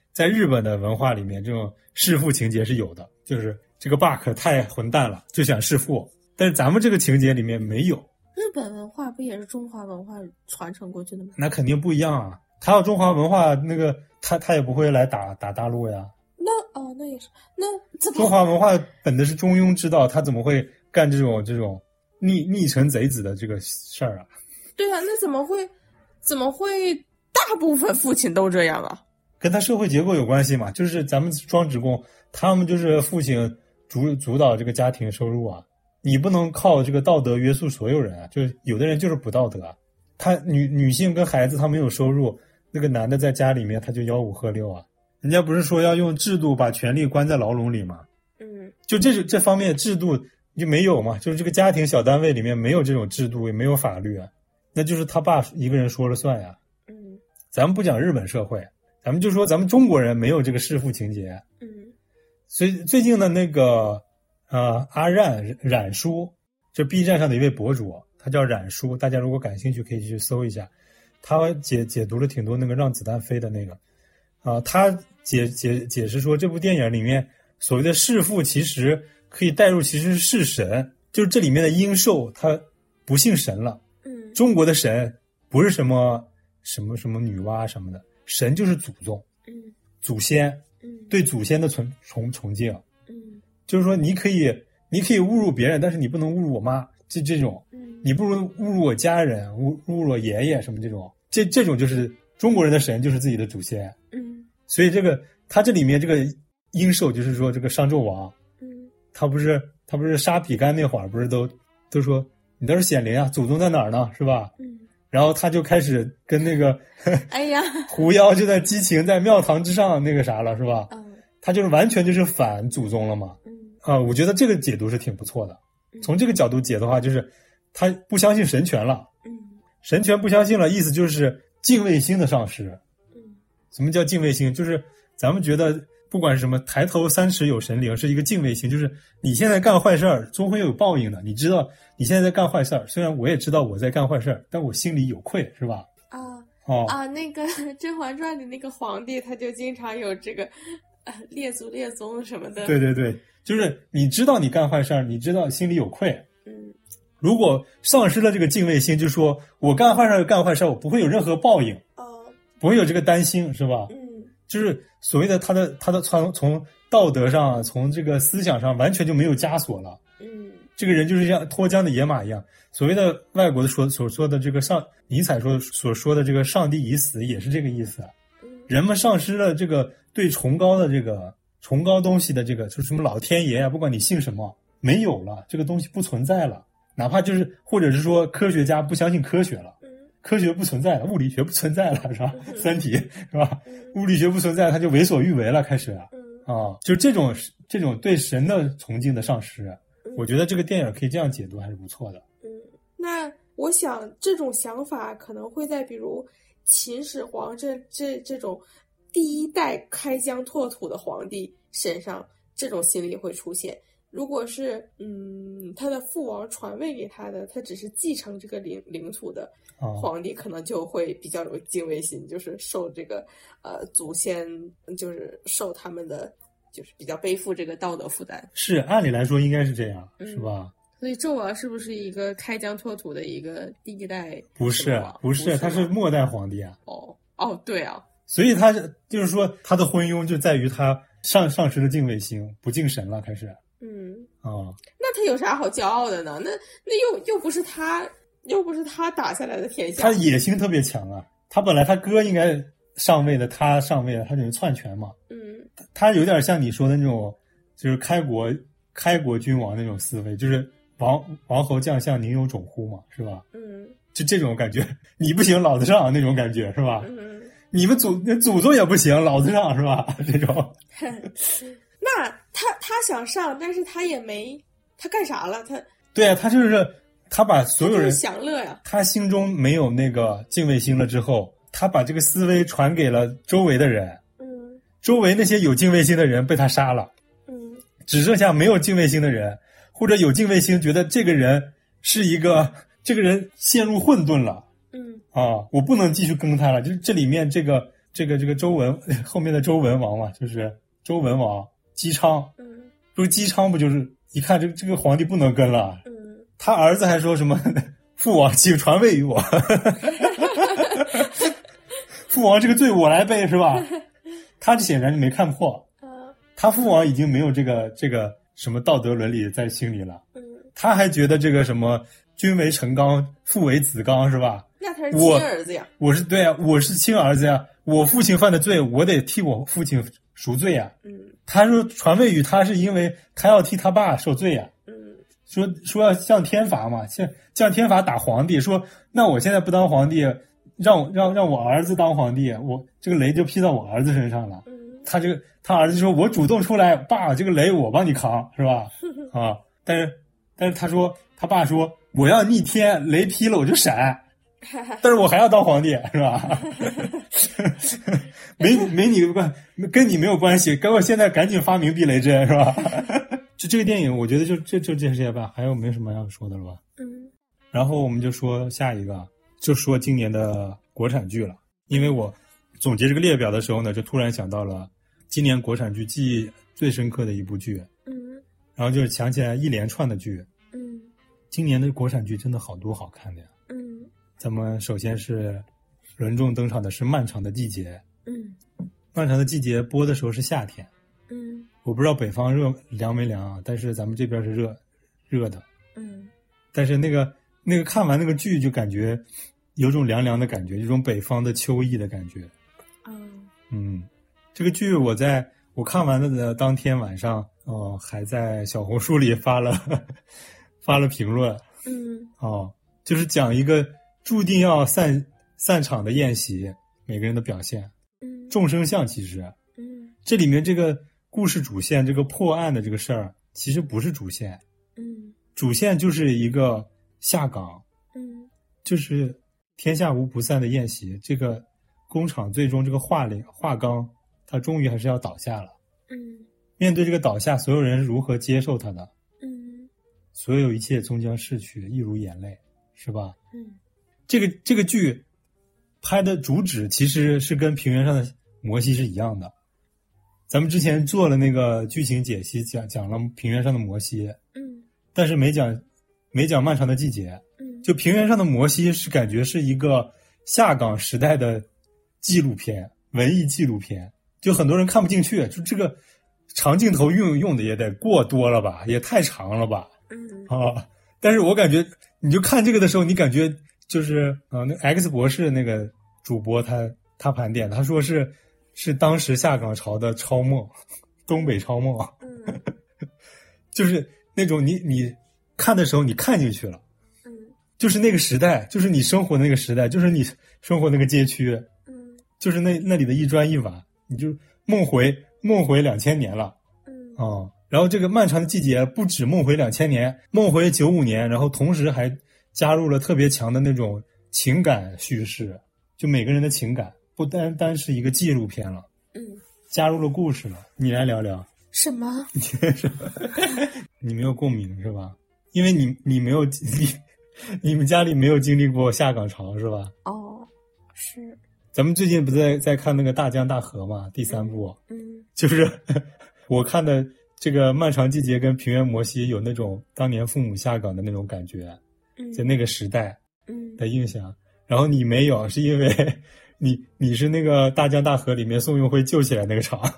在日本的文化里面，这种弑父情节是有的，就是这个霸可太混蛋了，就想弑父。但是咱们这个情节里面没有。 日本文化不也是中华文化传承过去的吗？ 那肯定不一样啊！他要中华文化，那个他也不会来打大陆呀。 那也是，那怎么中华文化本的是中庸之道，他怎么会干这种逆臣贼子的这个事儿啊？ 对啊，那怎么会大部分父亲都这样啊？ 跟他社会结构有关系嘛，就是咱们庄职工，他们就是父亲主导这个家庭收入啊，你不能靠这个道德约束所有人啊，就是有的人就是不道德啊，他女性跟孩子他没有收入，那个男的在家里面他就吆五喝六啊，人家不是说要用制度把权力关在牢笼里吗？就这方面制度就没有嘛，就是这个家庭小单位里面没有这种制度，也没有法律啊，那就是他爸一个人说了算呀。咱们不讲日本社会，咱们就说咱们中国人没有这个弑父情节。所以最近的那个阿冉叔，这 B 站上的一位博主，他叫冉叔，大家如果感兴趣可以去搜一下，他解读了挺多那个让子弹飞的那个他解释说这部电影里面所谓的弑父其实可以带入其实是神，就是这里面的阴寿他不信神了。中国的神不是什么女娲什么的，神就是祖宗，祖先，对祖先的崇敬，就是说你可以侮辱别人，但是你不能侮辱我妈，这种，你不如侮辱我家人，侮辱我爷爷什么这种，这种就是中国人的神就是自己的祖先。所以他这里面这个阴寿就是说这个商纣王，他不是杀比干那会儿不是都说你都是显灵啊，祖宗在哪儿呢，是吧？然后他就开始跟那个哎呀狐妖就在激情在庙堂之上那个啥了，是吧？他就是完全就是反祖宗了嘛。我觉得这个解读是挺不错的。从这个角度解的话，就是他不相信神权了。神权不相信了，意思就是敬畏心的丧失。什么叫敬畏心？就是咱们觉得不管是什么抬头三尺有神灵，是一个敬畏心，就是你现在干坏事儿终会有报应的，你知道你现在在干坏事儿，虽然我也知道我在干坏事儿，但我心里有愧，是吧？ 那个《甄嬛传》里那个皇帝他就经常有这个列祖列宗什么的。对， 就是你知道你干坏事儿，你知道心里有愧。如果丧失了这个敬畏心，就说我干坏事儿我不会有任何报应，不会有这个担心，是吧？就是所谓的他的从道德上从这个思想上完全就没有枷锁了。这个人就是像脱缰的野马一样。所谓的外国的所说的这个尼采所说的这个上帝已死也是这个意思。人们丧失了这个对崇高东西的这个就是什么老天爷啊，不管你信什么，没有了，这个东西不存在了。哪怕就是或者是说科学家不相信科学了，科学不存在了，物理学不存在了，是吧？三体是吧？物理学不存在，他就为所欲为了，开始就这种对神的崇敬的丧失，我觉得这个电影可以这样解读，还是不错的。 那我想这种想法可能会在比如秦始皇这种第一代开疆拓土的皇帝身上，这种心理会出现。如果是他的父王传位给他的，他只是继承这个领土的皇帝，可能就会比较有敬畏心，就是受这个祖先，就是受他们的，就是比较背负这个道德负担。是， 按理来说应该是这样，是吧？ 所以纣王是不是一个开疆拓土的一个第一代？ 不是，他是末代皇帝啊。 对啊。 所以他就是说他的昏庸就在于他丧失了敬畏心，不敬神了，开始。 那他有啥好骄傲的呢？那又不是他打下来的天下。 他野心特别强啊！他本来他哥应该上位的，他上位了，他等于篡权嘛。他有点像你说的那种，就是开国君王那种思维，就是王侯将相宁有种乎嘛，是吧？就这种感觉，你不行，老子上那种感觉，是吧？你们祖宗也不行，老子上，是吧？这种。 那他想上，但是他也没，他干啥了？ 对啊，他把所有人享乐呀。 他心中没有那个敬畏心了之后，他把这个思维传给了周围的人。周围那些有敬畏心的人被他杀了。只剩下没有敬畏心的人，或者有敬畏心，觉得这个人陷入混沌了。我不能继续跟他了。就是这里面这个这个周文后面的周文王嘛，就是周文王姬昌，不是姬昌不就是一看这个皇帝不能跟了，他儿子还说什么父王请传位于我，父王这个罪我来背是吧？他显然就没看破，他父王已经没有这个什么道德伦理在心里了，他还觉得这个什么君为臣纲，父为子纲是吧？ 那他是亲儿子呀。 我是对啊，我是亲儿子呀，我父亲犯的罪，我得替我父亲赎罪呀。他说传位于他是因为他要替他爸受罪呀。说要向天罚嘛，向天罚打皇帝，说那我现在不当皇帝，让我儿子当皇帝，我这个雷就劈到我儿子身上了。他儿子说我主动出来，爸，这个雷我帮你扛是吧？啊，但是他说他爸说我要逆天，雷劈了我就闪，但是我还要当皇帝是吧？没你跟你没有关系，跟我现在赶紧发明避雷针是吧？就这个电影我觉得就这些吧，还有没有什么要说的了吧？然后我们就说下一个，就说今年的国产剧了。因为我总结这个列表的时候呢，就突然想到了今年国产剧记忆最深刻的一部剧，然后就想起来一连串的剧，今年的国产剧真的好多好看的呀，咱们首先是隆重登场的是《漫长的季节》，漫长的季节播的时候是夏天，我不知道北方凉没凉啊，但是咱们这边是热的，但是那个看完那个剧就感觉有种凉凉的感觉，有种北方的秋意的感觉。这个剧我看完的当天晚上，还在小红书里发了评论。就是讲一个注定要散场的宴席，每个人的表现。众生相其实，这里面这个故事主线，这个破案的这个事儿，其实不是主线。主线就是一个下岗，就是天下无不散的宴席，这个工厂最终这个化钢它终于还是要倒下了。面对这个倒下，所有人是如何接受它的？所有一切终将逝去，一如眼泪，是吧？这个剧拍的主旨其实是跟平原上的摩西是一样的。咱们之前做了那个剧情解析，讲了平原上的摩西，但是没讲漫长的季节。就平原上的摩西是感觉是一个下岗时代的纪录片，文艺纪录片，就很多人看不进去，就这个长镜头用的也得过多了吧，也太长了吧。但是我感觉你就看这个的时候，你感觉就是那 X 博士那个主播他盘点，他说是当时下岗潮的超梦，东北超梦。就是那种你看的时候你看进去了，就是那个时代，就是你生活的那个时代，就是你生活那个街区，就是那里的一砖一瓦，你就梦回2000年了。然后这个漫长的季节不止梦回2000年，梦回95年，然后同时还加入了特别强的那种情感叙事，就每个人的情感不单是一个纪录片了，加入了故事了。你来聊聊。 什么？ 你没有共鸣是吧？因为你没有你们家里没有经历过下岗潮是吧？ 是。 咱们最近不是在看那个大江大河嘛，第3部，就是我看的这个漫长季节跟平原摩西有那种当年父母下岗的那种感觉，就那个时代的印象。然后你没有，是因为你是那个大江大河里面宋运辉救起来那个场。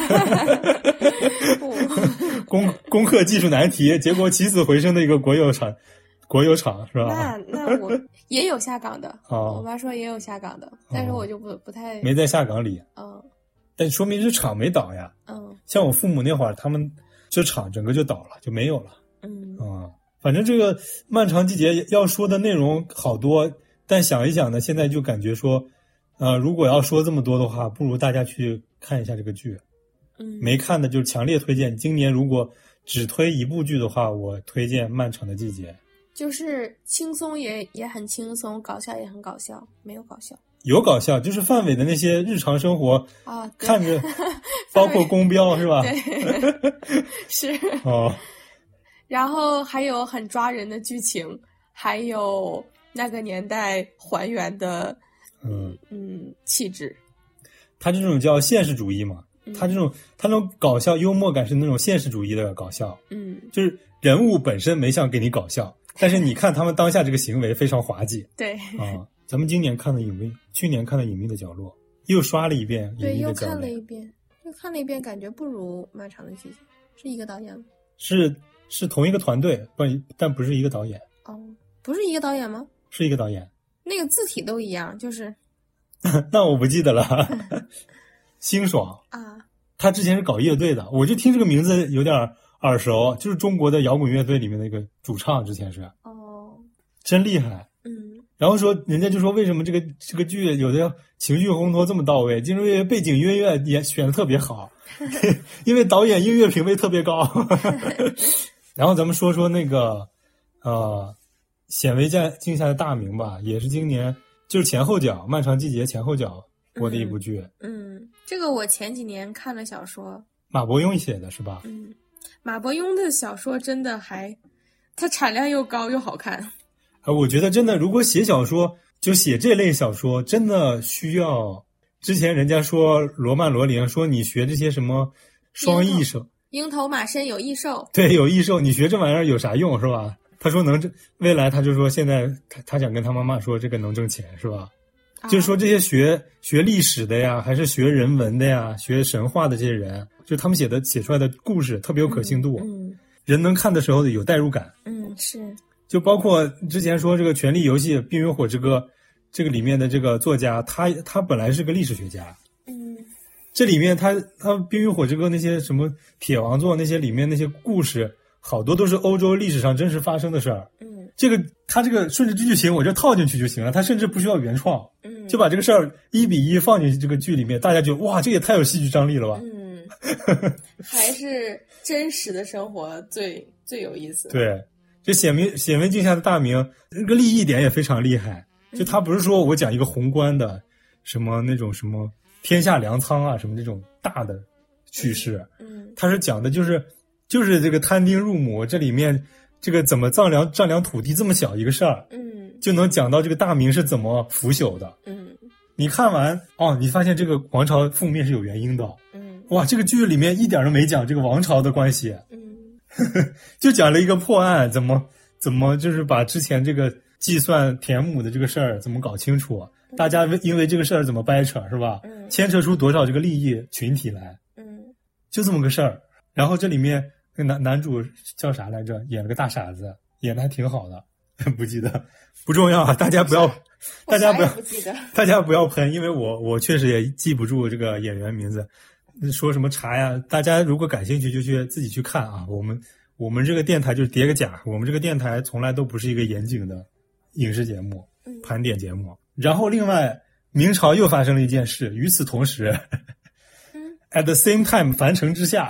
攻克技术难题，结果起死回生的一个国有厂是吧？ 那我也有下岗的。我妈说也有下岗的，但是我就不太没在下岗里。但说明这厂没倒呀。像我父母那会儿，他们这厂整个就倒了，就没有了。反正这个漫长季节要说的内容好多，但想一想呢，现在就感觉说，如果要说这么多的话，不如大家去看一下这个剧。没看的就强烈推荐。今年如果只推一部剧的话，我推荐《漫长的季节》。 就是轻松也很轻松，搞笑也很搞笑，没有搞笑。 有搞笑，就是范伟的那些日常生活看着包括公标是吧？ 对，是。然后还有很抓人的剧情，还有那个年代还原的气质。 他这种叫现实主义嘛，他这种搞笑幽默感是那种现实主义的搞笑，就是人物本身没想给你搞笑，但是你看他们当下这个行为非常滑稽。 对啊，咱们今年看的去年看的《隐秘的角落》，又刷了一遍《隐秘的角落》， 对，又看了一遍，感觉不如《漫长的季节》。是一个导演吗？ 是同一个团队，但不是一个导演。 哦，不是一个导演吗？ 是一个导演。 那个字体都一样，就是那我不记得了。辛爽啊， 他之前是搞乐队的，我就听这个名字有点耳熟，就是中国的摇滚乐队里面的一个主唱，之前是。 哦， 真厉害。然后说人家就说为什么这个剧有的情绪烘托这么到位，金瑞背景音乐也选的特别好，因为导演音乐品味特别高。然后咱们说那个显微镜下的大明吧，也是今年就是前后脚漫长季节前后脚播的一部剧。 这个我前几年看了小说， 马伯庸写的是吧？ 马伯庸的小说真的它产量又高又好看。 我觉得真的，如果写小说，就写这类小说，真的需要。之前人家说罗曼罗林说你学这些什么双翼手， 鹰头马身有翼兽， 对，有翼兽，你学这玩意儿有啥用是吧？他说未来他就说现在他想跟他妈妈说这个能挣钱是吧？就是说这些学历史的呀，还是学人文的呀，学神话的这些人，就他们写出来的故事特别有可信度，人能看的时候有代入感。 是。 就包括之前说这个《权力游戏》《冰与火之歌》，这个里面的这个作家，他本来是个历史学家。这里面他《冰与火之歌》那些什么铁王座那些里面那些故事，好多都是欧洲历史上真实发生的事儿。他这个顺着剧情我就套进去就行了，他甚至不需要原创。就把这个事儿1:1放进这个剧里面，大家就哇，这也太有戏剧张力了吧。 还是真实的生活最有意思。 对。这显微镜下的大明，这个立意点也非常厉害。就他不是说我讲一个宏观的，什么那种什么天下粮仓啊，什么这种大的叙事，他是讲的就是这个摊丁入亩，这里面这个怎么丈量土地这么小一个事儿，就能讲到这个大明是怎么腐朽的。你看完你发现这个王朝覆灭是有原因的。哇，这个剧里面一点都没讲这个王朝的关系。就讲了一个破案，怎么就是把之前这个计算田亩的这个事儿怎么搞清楚，大家因为这个事儿怎么掰扯是吧？牵扯出多少这个利益群体来，就这么个事儿。然后这里面那男主叫啥来着？演了个大傻子，演的还挺好的，不记得，不重要啊，大家不要喷，因为我确实也记不住这个演员名字。说什么茶呀？大家如果感兴趣就自己去看啊！我们这个电台就是叠个甲，我们这个电台从来都不是一个严谨的影视节目、盘点节目。然后另外，明朝又发生了一件事，与此同时，at the same time， 凡城之下，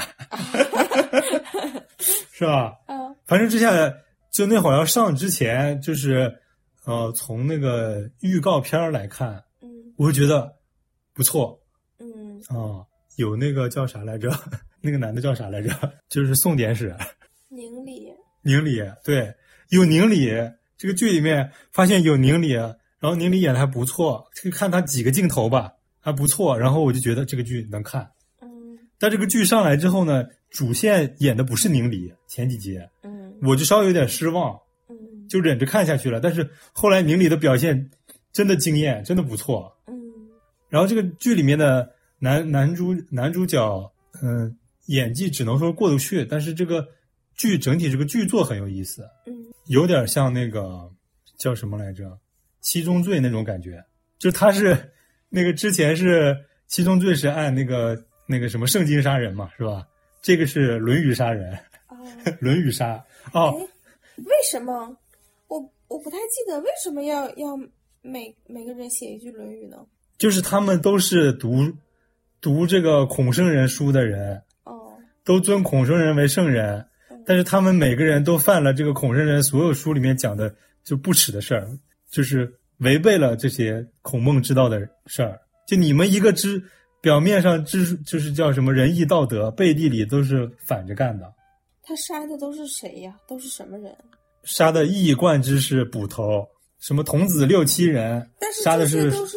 是吧？凡城之下，就那会儿要上之前，就是从那个预告片来看，我就觉得不错，有那个叫啥来着？那个男的叫啥来着？就是宋典史。宁理，对，有宁理。这个剧里面发现有宁理，然后宁理演的还不错，看他几个镜头吧，还不错。然后我就觉得这个剧能看。但这个剧上来之后呢，主线演的不是宁理，前几集，我就稍微有点失望，就忍着看下去了。但是后来宁理的表现真的惊艳，真的不错。然后这个剧里面的男主角，演技只能说过得去，但是这个剧整体这个剧作很有意思，有点像那个叫什么来着，七宗罪那种感觉，就他是那个之前是七宗罪是按那个什么圣经杀人嘛，是吧？这个是论语杀人，论语杀为什么我不太记得为什么要每个人写一句论语呢？ 就是他们都是读这个孔圣人书的人，都尊孔圣人为圣人，但是他们每个人都犯了这个孔圣人所有书里面讲的就不耻的事儿，就是违背了这些孔孟之道的事儿。就你们一个表面上就是叫什么仁义道德，背地里都是反着干的。 他杀的都是谁呀？都是什么人？ 杀的一以贯之是捕头，什么童子6、7人， 但是杀的是这些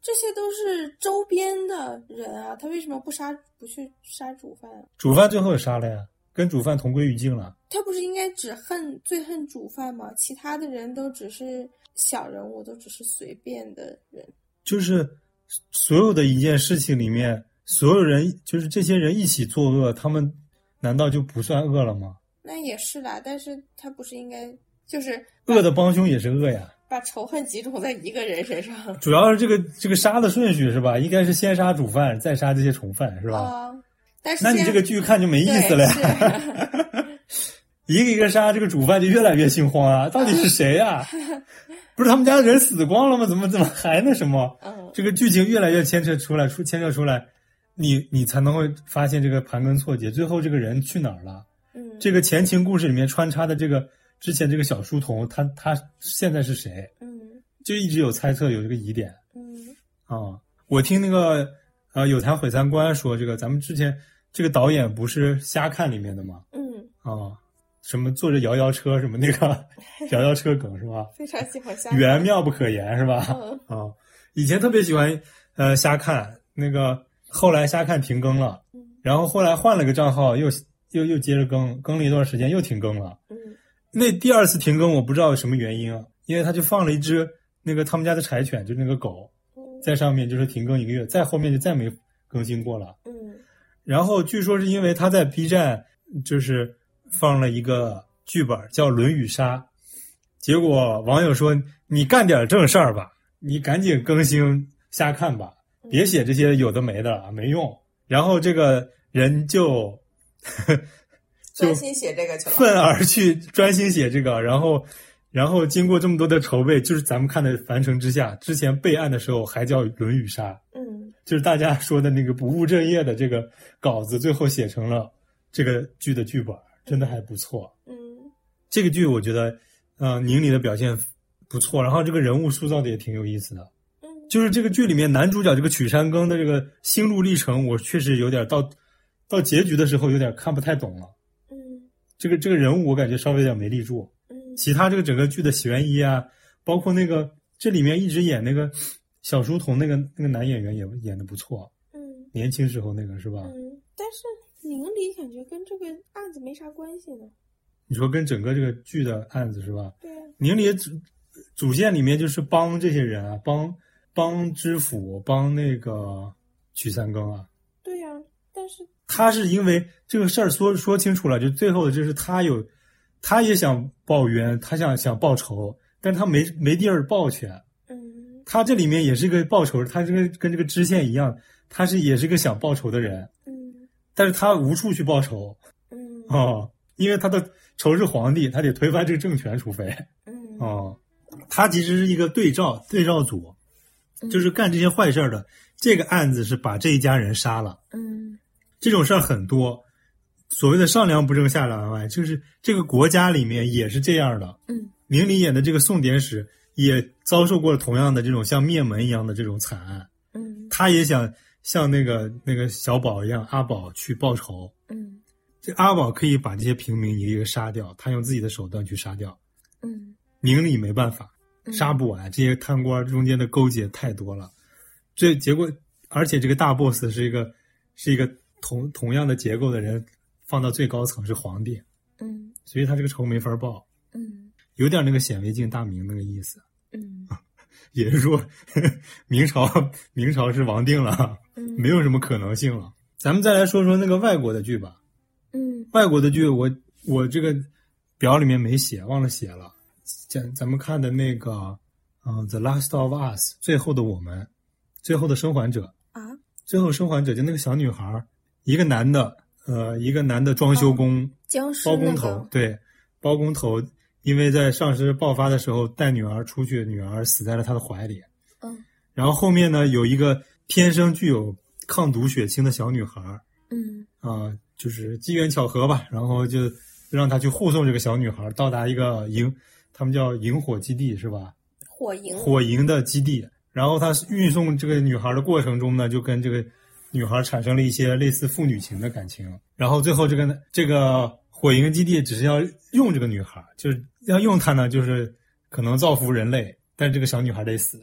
这些都是周边的人啊，他为什么不去杀主犯啊？ 主犯最后也杀了呀，跟主犯同归于尽了。 他不是应该最恨主犯吗？其他的人都只是小人物，都只是随便的人。 就是所有的一件事情里面，所有人就是这些人一起作恶，他们难道就不算恶了吗？ 那也是啦，但是他不是应该就是恶的帮凶也是恶呀， 把仇恨集中在一个人身上。 主要是这个杀的顺序是吧？应该是先杀主犯，再杀这些从犯是吧？ 但是那你这个剧看就没意思了呀。一个一个杀，这个主犯就越来越心慌啊！到底是谁呀？不是他们家的人死光了吗？怎么还那什么？这个剧情越来越牵扯出来，你才能会发现这个盘根错节，最后这个人去哪儿了？这个前情故事里面穿插的这个之前这个小书童，他现在是谁？就一直有猜测，有这个疑点。我听那个有谈毁三观说，这个咱们之前这个导演不是瞎看里面的吗？什么坐着摇摇车什么那个摇摇车梗是吧？ 非常喜欢瞎看， 缘妙不可言是吧？以前特别喜欢瞎看，那个后来瞎看停更了，然后后来换了个账号又接着更了一段时间又停更了。那第二次停更我不知道什么原因啊，因为他就放了一只那个他们家的柴犬，就是那个狗在上面，就是停更1个月，再后面就再没更新过了。然后据说是因为他在 B 站就是放了一个剧本叫《论语杀》，结果网友说你干点正事儿吧，你赶紧更新瞎看吧，别写这些有的没的没用。然后这个人就专心写这个去了， 愤而去专心写这个，然后经过这么多的筹备，就是咱们看的樊城之下，之前备案的时候还叫《论语杀》，就是大家说的那个不务正业的这个稿子，最后写成了这个剧的剧本，真的还不错。这个剧我觉得宁理的表现不错，然后这个人物塑造的也挺有意思的。就是这个剧里面男主角这个曲山耕的这个心路历程，我确实有点到结局的时候有点看不太懂了。这个人物我感觉稍微有点没立住。其他这个整个剧的悬疑啊，包括那个这里面一直演那个小书童那个男演员也演得不错。年轻时候那个是吧？ 但是宁理感觉跟这个案子没啥关系呢。 你说跟整个这个剧的案子是吧？ 对啊。 宁理主线里面就是帮这些人啊，帮知府，帮那个曲三耕啊。 对呀，但是他是因为这个事儿说清楚了，就最后的就是他也想报冤，他想报仇，但他没地儿报去。他这里面也是一个报仇，他这个跟这个知县一样，他也是一个想报仇的人。但是他无处去报仇。因为他的仇是皇帝，他得推翻这个政权，除非。他其实是一个对照组，就是干这些坏事的。这个案子是把这一家人杀了。这种事儿很多，所谓的上梁不正下梁歪，就是这个国家里面也是这样的。宁理演的这个宋典史也遭受过同样的这种像灭门一样的这种惨案。他也想像那个小宝一样，阿宝去报仇。这阿宝可以把这些平民一个一个杀掉，他用自己的手段去杀掉。宁理没办法，杀不完，这些贪官中间的勾结太多了。这结果，而且这个大 boss 是一个同样的结构的人，放到最高层是皇帝。所以他这个仇没法报。有点那个显微镜大明那个意思。也是说明朝是亡定了，没有什么可能性了。咱们再来说说那个外国的剧吧。外国的剧我这个表里面没写，忘了写了。咱们看的那个The Last of Us 最后的我们，最后的生还者啊，最后生还者就那个小女孩，一个男的装修工，包工头，对，包工头，因为在丧尸爆发的时候带女儿出去，女儿死在了他的怀里。然后后面呢有一个天生具有抗毒血清的小女孩，就是机缘巧合吧，然后就让他去护送这个小女孩到达一个他们叫萤火基地是吧？火营的基地。然后他运送这个女孩的过程中呢，就跟这个女孩产生了一些类似父女情的感情。然后最后这个火营基地只是要用这个女孩，就是要用她呢，就是可能造福人类，但是这个小女孩得死。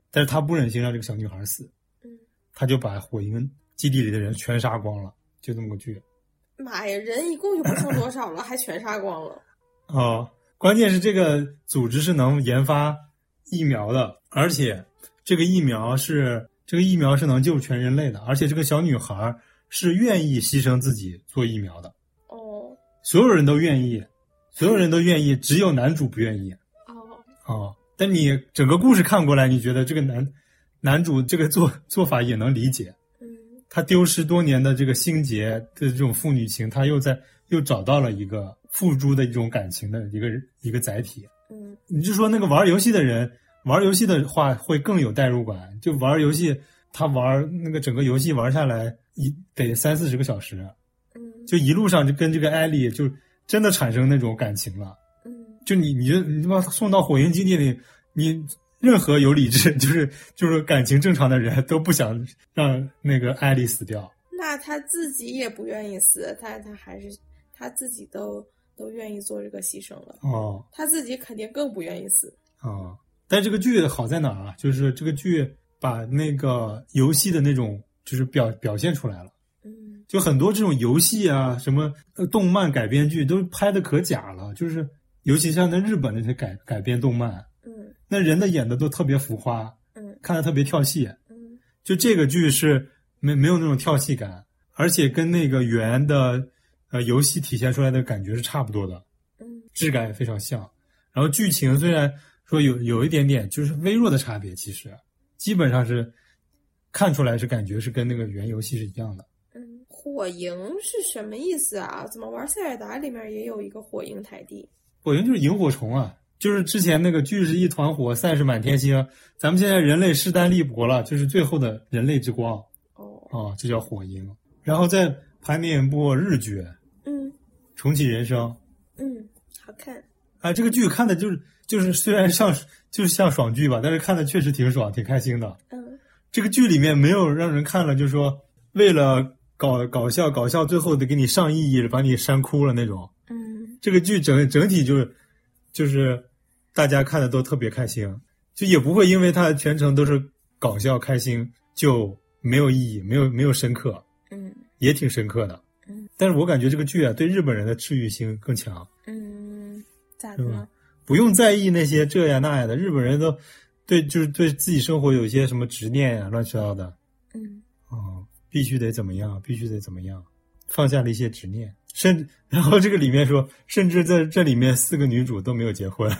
但是他不忍心让这个小女孩死，他就把火营基地里的人全杀光了，就这么个剧。 妈呀，人一共就不剩多少了，还全杀光了。 哦，关键是这个组织是能研发疫苗的，而且这个疫苗是能救全人类的，而且这个小女孩是愿意牺牲自己做疫苗的。 哦， 所有人都愿意，只有男主不愿意。哦，但你整个故事看过来，你觉得这个男主这个做法也能理解。他丢失多年的这个心结的这种父女情，他又找到了一个付诸的一种感情的一个载体。你就说那个玩游戏的人，玩游戏的话会更有代入感，就玩游戏，他玩那个整个游戏玩下来得30-40个小时，就一路上就跟这个艾莉就真的产生那种感情了。就你把他送到火营基地里，你任何有理智就是感情正常的人都不想让那个艾莉死掉。 那他自己也不愿意死，他还是他自己都愿意做这个牺牲了。哦，他自己肯定更不愿意死。 哦，但这个剧好在哪儿啊？就是这个剧把那个游戏的那种就是表现出来了。就很多这种游戏啊，什么动漫改编剧都拍的可假了，就是尤其像那日本那些改编动漫。那人的演的都特别浮夸，看着特别跳戏，就这个剧是没有那种跳戏感，而且跟那个原的游戏体现出来的感觉是差不多的，质感也非常像。然后剧情虽然说有一点点就是微弱的差别，其实基本上是看出来是感觉是跟那个原游戏是一样的。 火营是什么意思啊？怎么玩塞尔达里面也有一个火营台地？火营就是萤火虫啊。就是之前那个聚是一团火，散是满天星，咱们现在人类势单力薄了，就是最后的人类之光。这叫火营。然后再盘点一部日剧，重启人生， 好看。 这个剧看的就是虽然像爽剧吧，但是看的确实挺爽，挺开心的。这个剧里面没有让人看了就说为了搞笑，最后得给你上意义，把你煽哭了那种。这个剧整体就是大家看的都特别开心，就也不会因为它全程都是搞笑开心就没有意义，没有深刻。也挺深刻的。但是我感觉这个剧啊对日本人的治愈性更强。 咋的呢？ 不用在意那些这呀那呀的，日本人都就是对自己生活有一些什么执念呀乱七八糟的。必须得怎么样，放下了一些执念。然后这个里面说，甚至在这里面4个女主都没有结婚。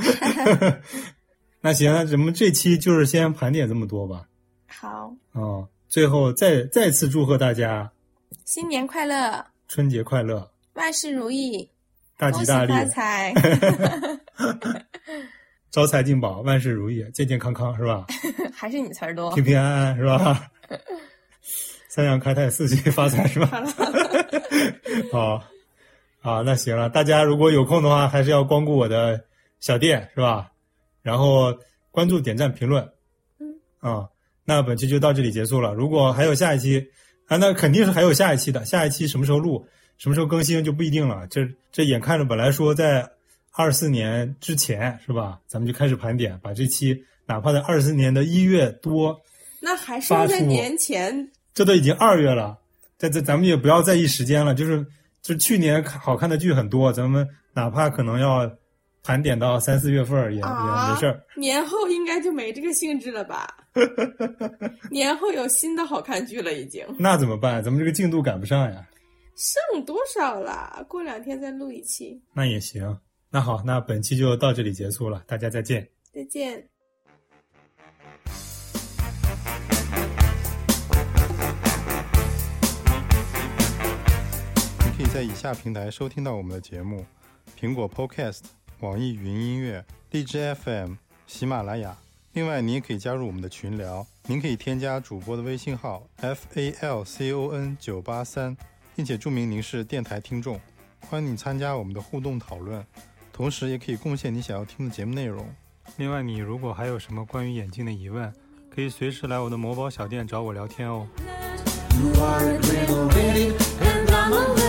那行，那咱们这期就是先盘点这么多吧。 好。 最后再次祝贺大家新年快乐， 春节快乐， 万事如意， 大吉大利， 发财， 招财进宝，万事如意，健健康康，是吧？ 还是你词儿多， 平平安安，是吧？三阳开泰，四季发财，是吧？那行了，大家如果有空的话，还是要光顾我的小店，是吧？然后关注、点赞、评论。那本期就到这里结束了。如果还有下一期那肯定是还有下一期的。下一期什么时候录，什么时候更新就不一定了。这眼看着本来说在24年之前，是吧？咱们就开始盘点，把这期哪怕在24年的1月多， 那还是要在年前。 这都已经2月了，咱们也不要在意时间了。就是去年好看的剧很多，咱们哪怕可能要盘点到3-4月份也没事儿。 年后应该就没这个兴致了吧？年后有新的好看剧了已经。 那怎么办？咱们这个进度赶不上呀。 剩多少了？过2天再录一期。 那也行。那好，那本期就到这里结束了，大家再见。 再见。 可以在以下平台收听到我们的节目：苹果 Podcast、网易云音乐、荔枝 FM、喜马拉雅。另外，你也可以加入我们的群聊，您可以添加主播的微信号 FALCON983， 并且注明您是电台听众，欢迎你参加我们的互动讨论，同时也可以贡献你想要听的节目内容。 另外，你如果还有什么关于眼镜的疑问，可以随时来我的某宝小店找我聊天哦。You are